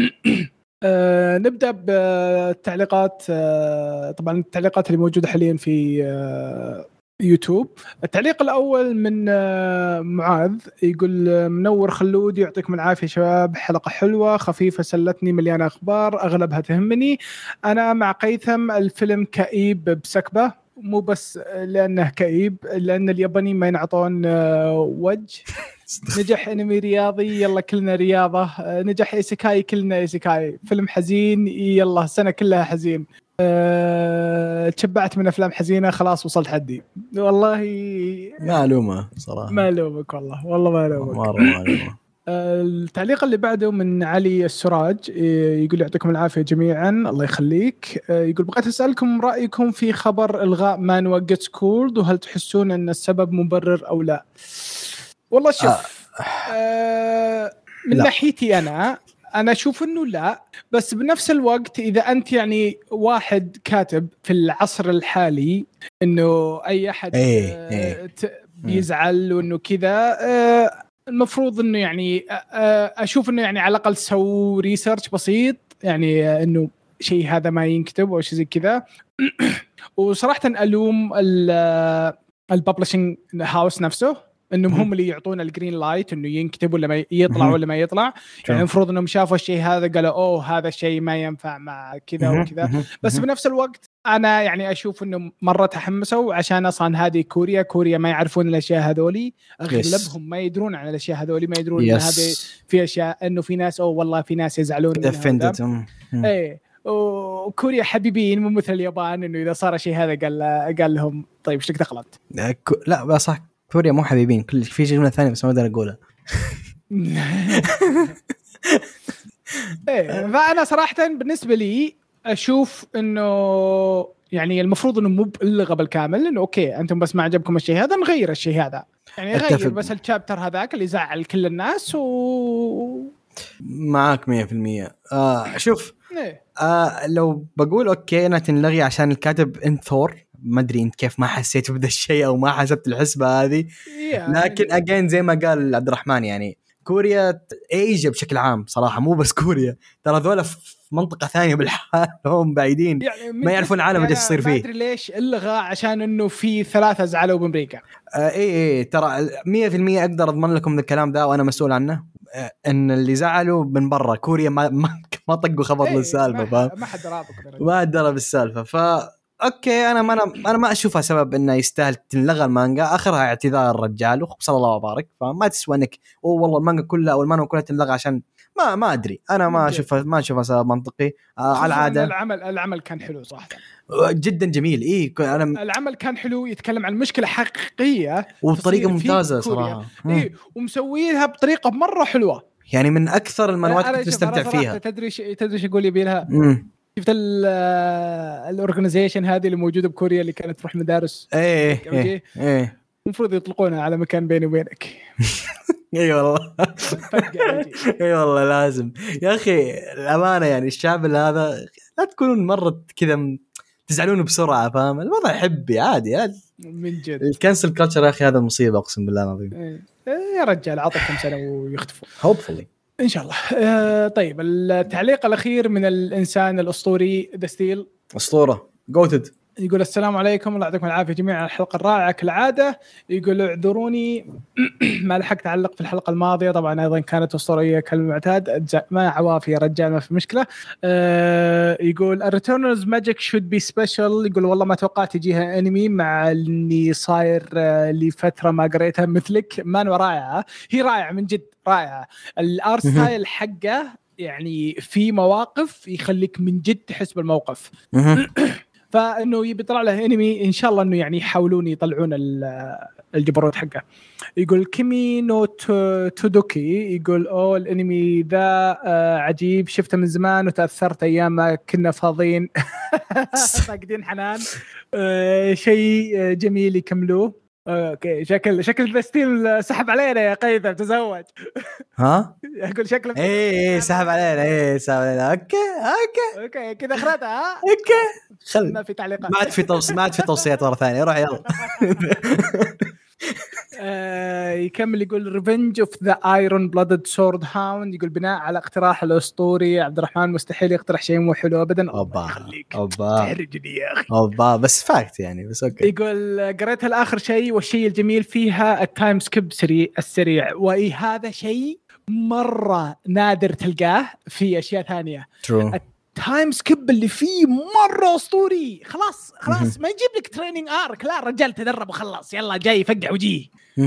Speaker 1: أه نبدا بالتعليقات. أه طبعا التعليقات اللي موجوده حاليا في أه يوتيوب. التعليق الأول من معاذ يقول منور خلود يعطيكم العافية شباب، حلقة حلوة خفيفة سلتني مليانة أخبار أغلبها تهمني. أنا مع قيثم الفيلم كئيب بسكبة، مو بس لأنه كئيب لأن الياباني ما ينعطون وجه. نجح انمي رياضي يلا كلنا رياضة، نجح ايسيكاي كلنا ايسيكاي، فيلم حزين يلا السنة كلها حزين. أه... تشبعت من افلام حزينه خلاص وصلت حدي والله.
Speaker 2: معلومه صراحه
Speaker 1: ما لومك والله والله ما لومك
Speaker 2: مره معلومه.
Speaker 1: التعليق اللي بعده من علي السراج يقول يعطيكم العافيه جميعا الله يخليك. يقول بغيت اسالكم رايكم في خبر الغاء مانوا جيتس كولد، وهل تحسون ان السبب مبرر او لا؟ والله شوف آه. آه من لا. ناحيتي انا أنا أشوف إنه لا، بس بنفس الوقت إذا أنت يعني واحد كاتب في العصر الحالي إنه أي أحد
Speaker 2: ايه
Speaker 1: آه
Speaker 2: ايه.
Speaker 1: بيزعل وإنه كذا، آه المفروض إنه يعني آه أشوف إنه يعني على الأقل سووا ريسيرش بسيط، يعني آه إنه شيء هذا ما ينكتب أو شيء زي كذا. وصراحة ألوم الببلشنج هاوس نفسه انهم هم اللي يعطونا الجرين لايت انه ينكتب ولا ما يطلع ولا ما يطلع. يعني المفروض انهم شافوا الشيء هذا قالوا اوه هذا الشيء ما ينفع مع كذا وكذا. بس بنفس الوقت انا يعني اشوف انه مره تحمسوا عشان اصلا هذه كوريا كوريا ما يعرفون الاشياء هذولي، اغلبهم ما يدرون عن الاشياء هذولي، ما يدرون ان هذه في اشياء انه في ناس او والله في ناس يزعلون منها. ايه وكوريا حبيبين مو مثل اليابان انه اذا صار شيء هذا قال قال لهم طيب ايش دخلت.
Speaker 2: لا بس صح كوريا مو حبيبين، كل في جملة ثانية بس ما أقدر أقولها.
Speaker 1: إيه فأنا صراحة بالنسبة لي أشوف إنه يعني المفروض إنه مو بلغة بالكامل، إنه أوكي أنتم بس ما عجبكم الشيء هذا نغير الشيء هذا، يعني غير بس الشابتر هذاك اللي زعل كل الناس و
Speaker 2: معاك مية في المية. آه شوف آه لو بقول أوكي أنا تنلغي عشان الكاتب انت ثور، ما أدري أنت كيف ما حسيت بهذا الشيء أو ما حسبت الحسبة هذه، لكن أجين زي ما قال عبد الرحمن يعني كوريا ايجا بشكل عام صراحة مو بس كوريا، ترى ذولا في منطقة ثانية بالحال هم بعيدين يعني ما يعرفون العالم ايش يصير فيه. ما
Speaker 1: أدري ليش الغى عشان إنه في ثلاثة زعلوا بأمريكا.
Speaker 2: آه إيه إيه ترى مية في المية أقدر أضمن لكم الكلام ده وأنا مسؤول عنه، آه إن اللي زعلوا من برا كوريا ما ما, ما طقوا خبط
Speaker 1: إيه
Speaker 2: للسالفة، فاهم؟
Speaker 1: ما حد رابط
Speaker 2: ما درى بالسالفة. ف اوكي انا ما انا انا ما اشوفها سبب انه يستاهل تنلغى المانجا، اخرها اعتذار الرجال وصلى الله وبارك، فما تسوى انك او والله المانجا كلها او المانجا كلها تنلغى عشان ما ما ادري، انا ما اشوفها ما اشوفها سبب منطقي. آه على العاده
Speaker 1: العمل العمل كان حلو صراحه
Speaker 2: جدا جميل. ايه انا
Speaker 1: العمل كان حلو، يتكلم عن مشكله حقيقيه
Speaker 2: وبطريقه ممتازه صراحه،
Speaker 1: ايه ومسويها بطريقه مره حلوه،
Speaker 2: يعني من اكثر المانوات كنت مستمتع فيها.
Speaker 1: تدري تدري ايش يقول يبي لها؟ شفت الاورجانيزيشن هذه اللي موجوده بكوريا اللي كانت تروح مدارس؟
Speaker 2: ايه ايه ايه
Speaker 1: المفروض يطلقونها على مكان بيني وبينك.
Speaker 2: اي والله اي والله لازم يا اخي الامانه، يعني الشعب هذا لا تكونون مره كذا تزعلون بسرعه، فاهم الوضع؟ حبي عادي يعني
Speaker 1: من جد.
Speaker 2: الكنسل كلتشر يا اخي هذا مصيبه اقسم بالله العظيم.
Speaker 1: إيه. يا رجال عطكم سنه ويختفوا
Speaker 2: hopefully
Speaker 1: ان شاء الله. آه طيب التعليق الاخير من الانسان الاسطوري ذا ستيل،
Speaker 2: اسطوره جوتد،
Speaker 1: يقول السلام عليكم الله يعطيكم العافيه جميعا على الحلقه الرائعه كالعاده. يقول اعذروني ما لحقت اعلق في الحلقه الماضيه، طبعا ايضا كانت اسطوريه كالمعتاد، ما عوافي يا رجال ما في مشكله. أه يقول الريتيرنرز ماجيك شود بي سبيشال، يقول والله ما توقعت يجيها انمي مع اني صاير أه لفتره ما قريتها مثلك. مانوا رائعه، هي رائعه من جد رائعه، الارت ستايل حقه يعني في مواقف يخليك من جد تحس بالموقف. فانه يبي يطلع له انمي ان شاء الله انه يعني يحاولون يطلعون الجبروت حقه. يقول كيمي نو تودوكي يقول اوه الانمي ذا عجيب شفته من زمان وتاثرت ايام ما كنا فاضيين فاقدين حنان شيء جميل يكملوه. اوكي شكل شكل ستيل سحب علينا يا قيثم تزوج
Speaker 2: ها
Speaker 1: يقول شكله
Speaker 2: ايه سحب علينا ايه سحب علينا اوكي اوكي
Speaker 1: اوكي كذا اخرتها ها
Speaker 2: اوكي خل
Speaker 1: ما في تعليقات
Speaker 2: ما عاد في توصي ما عاد في توصيات مره ثانيه روح يلا.
Speaker 1: آه يكمل يقول ريفنج اوف ذا ايرون بلادد سورد هاوند يقول بناء على اقتراح الاسطوري عبد الرحمن مستحيل يقترح شيء مو حلو ابدا.
Speaker 2: اوبا
Speaker 1: يخليك
Speaker 2: اوبا
Speaker 1: تهرجني يا اخي
Speaker 2: اوبا بس فاكت يعني بس اوكي.
Speaker 1: يقول قريتها الاخر شيء والشيء الجميل فيها التايم سكيب سريع السريع واي هذا شيء مره نادر تلقاه في اشياء ثانيه.
Speaker 2: ترو
Speaker 1: تايم سكيب اللي فيه مرة أسطوري. خلاص خلاص ما يجيب لك تريننج آرك لا رجال تدرب وخلص يلا جاي فقع وجيه.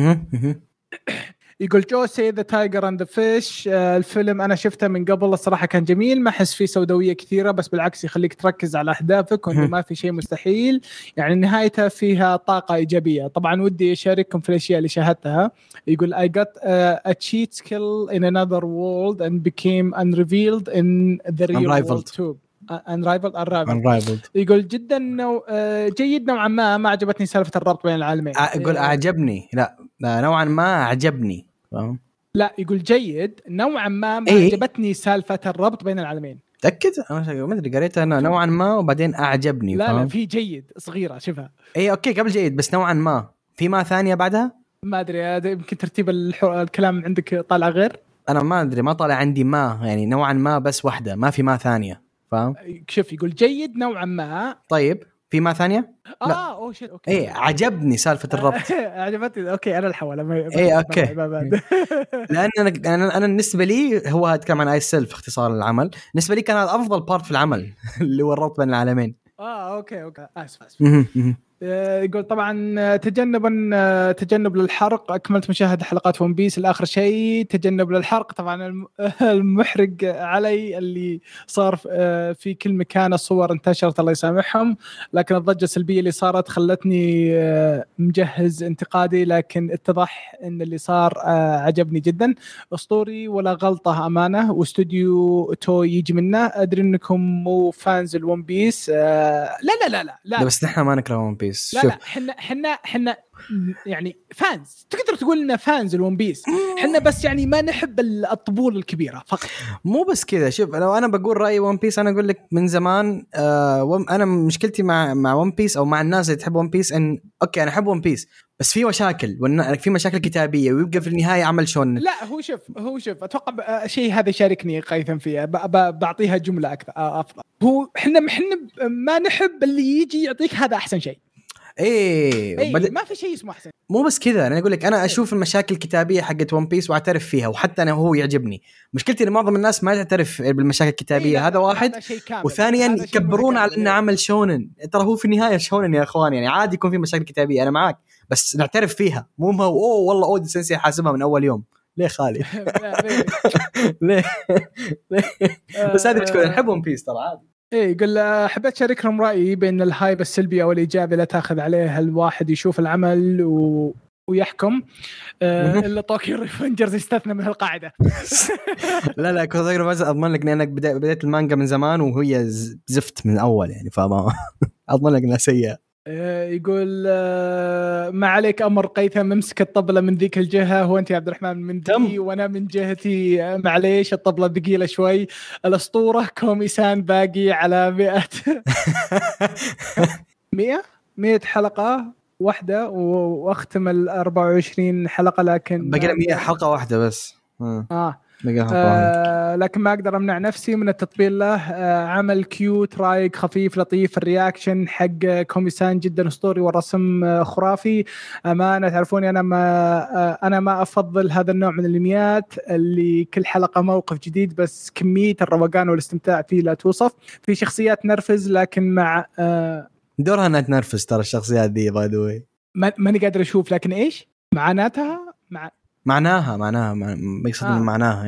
Speaker 1: يقول جوسي ذا تايجر اند ذا فيش الفيلم أنا شفته من قبل الصراحة كان جميل ما أحس فيه سوداوية كثيرة بس بالعكس يخليك تركز على أهدافك وإنه ما في شيء مستحيل يعني نهايتها فيها طاقة إيجابية. طبعا ودي أشارككم في الأشياء اللي شاهدتها. يقول I got uh, a cheat skill in another world and became unrevealed in the real world too. Unrivaled Unrivaled يقول جدا نوع جيد نوعا ما ما عجبتني سالفة الربط بين العالمين.
Speaker 2: يقول أعجبني لا نوعا ما أعجبني فهم؟
Speaker 1: لا يقول جيد نوعا ما ما
Speaker 2: إيه؟
Speaker 1: عجبتني سالفة الربط بين العالمين.
Speaker 2: تأكد أنا ما أدري قريتها أنا نوعا ما وبعدين أعجبني.
Speaker 1: لا لا في جيد صغيرة شوفها.
Speaker 2: إيه أوكي قبل جيد بس نوعا ما في ما ثانية بعدها
Speaker 1: ما أدري يمكن ترتيب الكلام عندك طالع غير.
Speaker 2: أنا ما أدري ما طالع عندي ما يعني نوعا ما بس واحدة ما في ما ثانية فاهم.
Speaker 1: شوف يقول جيد نوعا ما.
Speaker 2: طيب في ما ثانية
Speaker 1: اه اوه شيت اوكي
Speaker 2: ايه عجبني سالفة الربط.
Speaker 1: عجبتني اوكي انا الحوالة
Speaker 2: ايه اوكي لان انا انا انا بالنسبة لي هو اتكلم عن اي سيلف اختصار العمل بالنسبة لي كان افضل بارت في العمل اللي هو الربط بين العالمين.
Speaker 1: اه اوكي اوكي اسف اسف. يقول طبعا تجنبا تجنب للحرق اكملت مشاهده حلقات ون بيس الاخر شيء تجنب للحرق طبعا المحرق علي اللي صار في كل مكان الصور انتشرت الله يسامحهم لكن الضجه السلبيه اللي صارت خلتني مجهز انتقادي لكن اتضح ان اللي صار عجبني جدا اسطوري ولا غلطه امانه واستوديو تو يجي منه ادري انكم مو فانز الون بيس لا لا لا لا, لا.
Speaker 2: بس نحن ما نكره ون بيس.
Speaker 1: لا لا حنا حنا حنا يعني فانز تقدر تقول لنا فانز الون بيس حنا بس يعني ما نحب الطبول الكبيرة فقط.
Speaker 2: مو بس كذا شوف لو أنا بقول رأيي ون بيس أنا أقول لك من زمان آه أنا مشكلتي مع مع ون بيس أو مع الناس اللي تحب ون بيس إن أوكي أنا أحب ون بيس بس في مشاكل في مشاكل كتابية ويبقى في النهاية عمل شون.
Speaker 1: لا هو شوف هو شوف أتوقع شيء هذا شاركني قيثم فيها بعطيها جملة أكثر أفضل. هو حنا حنا ما نحب اللي يجي يعطيك هذا أحسن شيء.
Speaker 2: ايه,
Speaker 1: إيه
Speaker 2: وبد...
Speaker 1: ما في شيء اسمه احسن.
Speaker 2: مو بس كذا انا اقول لك انا اشوف المشاكل الكتابيه حقت ون بيس واعترف فيها وحتى انا هو يعجبني. مشكلتي ان معظم الناس ما تعترف بالمشاكل الكتابيه. إيه هذا واحد وثانيا يكبرون على انه عمل شونن. ترى هو في النهايه شونن يا اخوان يعني عادي يكون في مشاكل كتابيه انا معاك بس نعترف فيها مو هو اوه والله اودي سنسي حاسبها من اول يوم ليه خالي ليه بس هذه مشكله نحب ون بيس ترى عادي.
Speaker 1: ايه يقول حبيت اشارككم رايي بين الهايب السلبي او الايجابي لا تاخذ عليه الواحد يشوف العمل و... ويحكم آه الا طوكيو ريفنجرز يستثنى من القاعده.
Speaker 2: لا لا طوكيو ريفنجرز اضمن لك انك بدايه المانجا من زمان وهي زفت من الاول يعني فما اضمن لك انها سيئه.
Speaker 1: يقول ما عليك أمر قيثم امسك الطبلة من ذيك الجهة هو أنت يا عبد الرحمن من دي وأنا من جهتي معليش الطبلة ثقيلة شوي. الأسطورة كوميسان باقي على مئة مئة مئة حلقة واحدة وأختم الأربعة وعشرين حلقة لكن
Speaker 2: بقي مئة حلقة واحدة بس
Speaker 1: آه آه لكن ما أقدر أمنع نفسي من التطبيل له. آه عمل كيوت رايق خفيف لطيف الرياكشن حق كوميسان جدا أسطوري والرسم آه خرافي أمانة. تعرفوني أنا ما آه أنا ما أفضل هذا النوع من الانميات اللي كل حلقة موقف جديد بس كمية الروقان والاستمتاع فيه لا توصف. في شخصيات نرفز لكن مع آه
Speaker 2: دورها أنها تنرفز ترى الشخصيات دي باي ذا واي
Speaker 1: ما ماني قادر أشوف لكن إيش معناتها مع
Speaker 2: معناها معناها ما يقصد آه. معناها ايه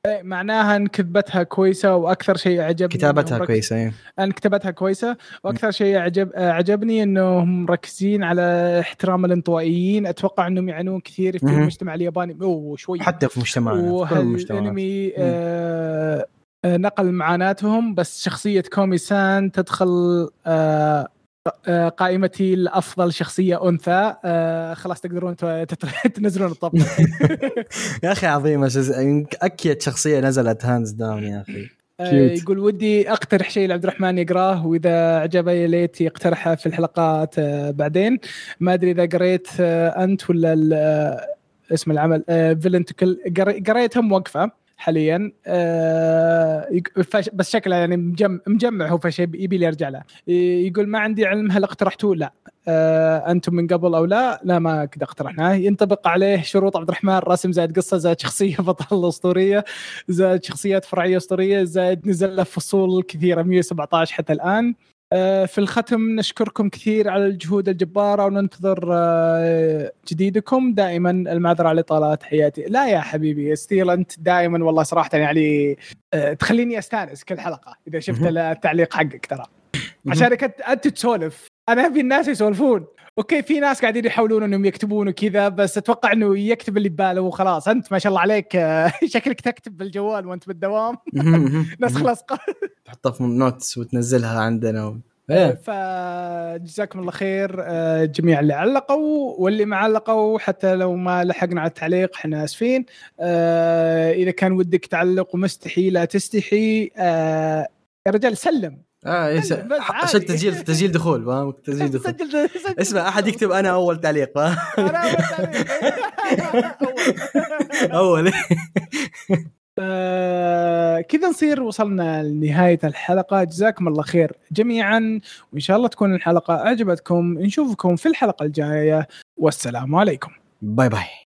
Speaker 1: معناها ان كتبتها كويسه، واكثر شيء عجبني
Speaker 2: كتابتها كويسه،
Speaker 1: ان كتابتها كويسه واكثر شيء عجب عجبني انهم مركزين على احترام الانطوائيين. اتوقع انهم يعنون كثير في المجتمع الياباني وشوي
Speaker 2: حتى في مجتمعنا في كل المجتمعات.
Speaker 1: الانمي آه نقل معاناتهم، بس شخصيه كومي سان تدخل آه قائمتي الأفضل شخصية أنثى. آه خلاص تقدرون تنزلون الطب.
Speaker 2: يا أخي عظيمة، أكيد شخصية نزلت هاندز داون يا أخي.
Speaker 1: آه يقول ودي أقترح شيء لعبد الرحمن يقراه، وإذا عجبه ليت يقترحه في الحلقات آه بعدين. ما أدري إذا قريت آه أنت ولا اسم العمل آه فيلنتكل، قريتهم وقفة حاليا آه بس شكله يعني مجمع, مجمع هو فشي يبي لي ارجع له. يقول ما عندي علم هل اقترحتوه، لا آه انتم من قبل او لا لا ما كذا اقترحناه. ينطبق عليه شروط عبد الرحمن: رسم زائد قصه زائد شخصيه بطل اسطوريه زائد شخصيات فرعيه اسطوريه زائد نزل له فصول كثيره مية وسبعة عشر حتى الان. في الختم نشكركم كثير على الجهود الجبارة، وننتظر جديدكم دائما. المعذرة على طالات حياتي. لا يا حبيبي ستيل أنت دائما والله صراحة يعني تخليني أستانس كل حلقة إذا شفت التعليق حقك ترى، عشانك أنت تسولف. أنا أبي الناس يسولفون. أوكي في ناس قاعدين يحاولون إنهم يكتبون وكذا، بس أتوقع إنه يكتب اللي بباله وخلاص. أنت ما شاء الله عليك شكلك تكتب بالجوال وأنت بالدوام ناس خلاص
Speaker 2: تحطها في نوتس وتنزلها عندنا.
Speaker 1: فجزاكم الله خير جميع اللي علقوا واللي ما علقوا، حتى لو ما لحقنا على التعليق احنا اسفين. إذا كان ودك تعلق ومستحي لا تستحي يا رجال سلم.
Speaker 2: اه يس... عشان تسجيل تسجيل دخول فاهم تسجيل دخول سجل سجل اسمع احد يكتب انا اول تعليق انا اول تعليق اول
Speaker 1: آه كذا نصير وصلنا لنهاية الحلقة. جزاكم الله خير جميعا، وإن شاء الله تكون الحلقة أعجبتكم. نشوفكم في الحلقة الجاية، والسلام عليكم.
Speaker 2: باي باي.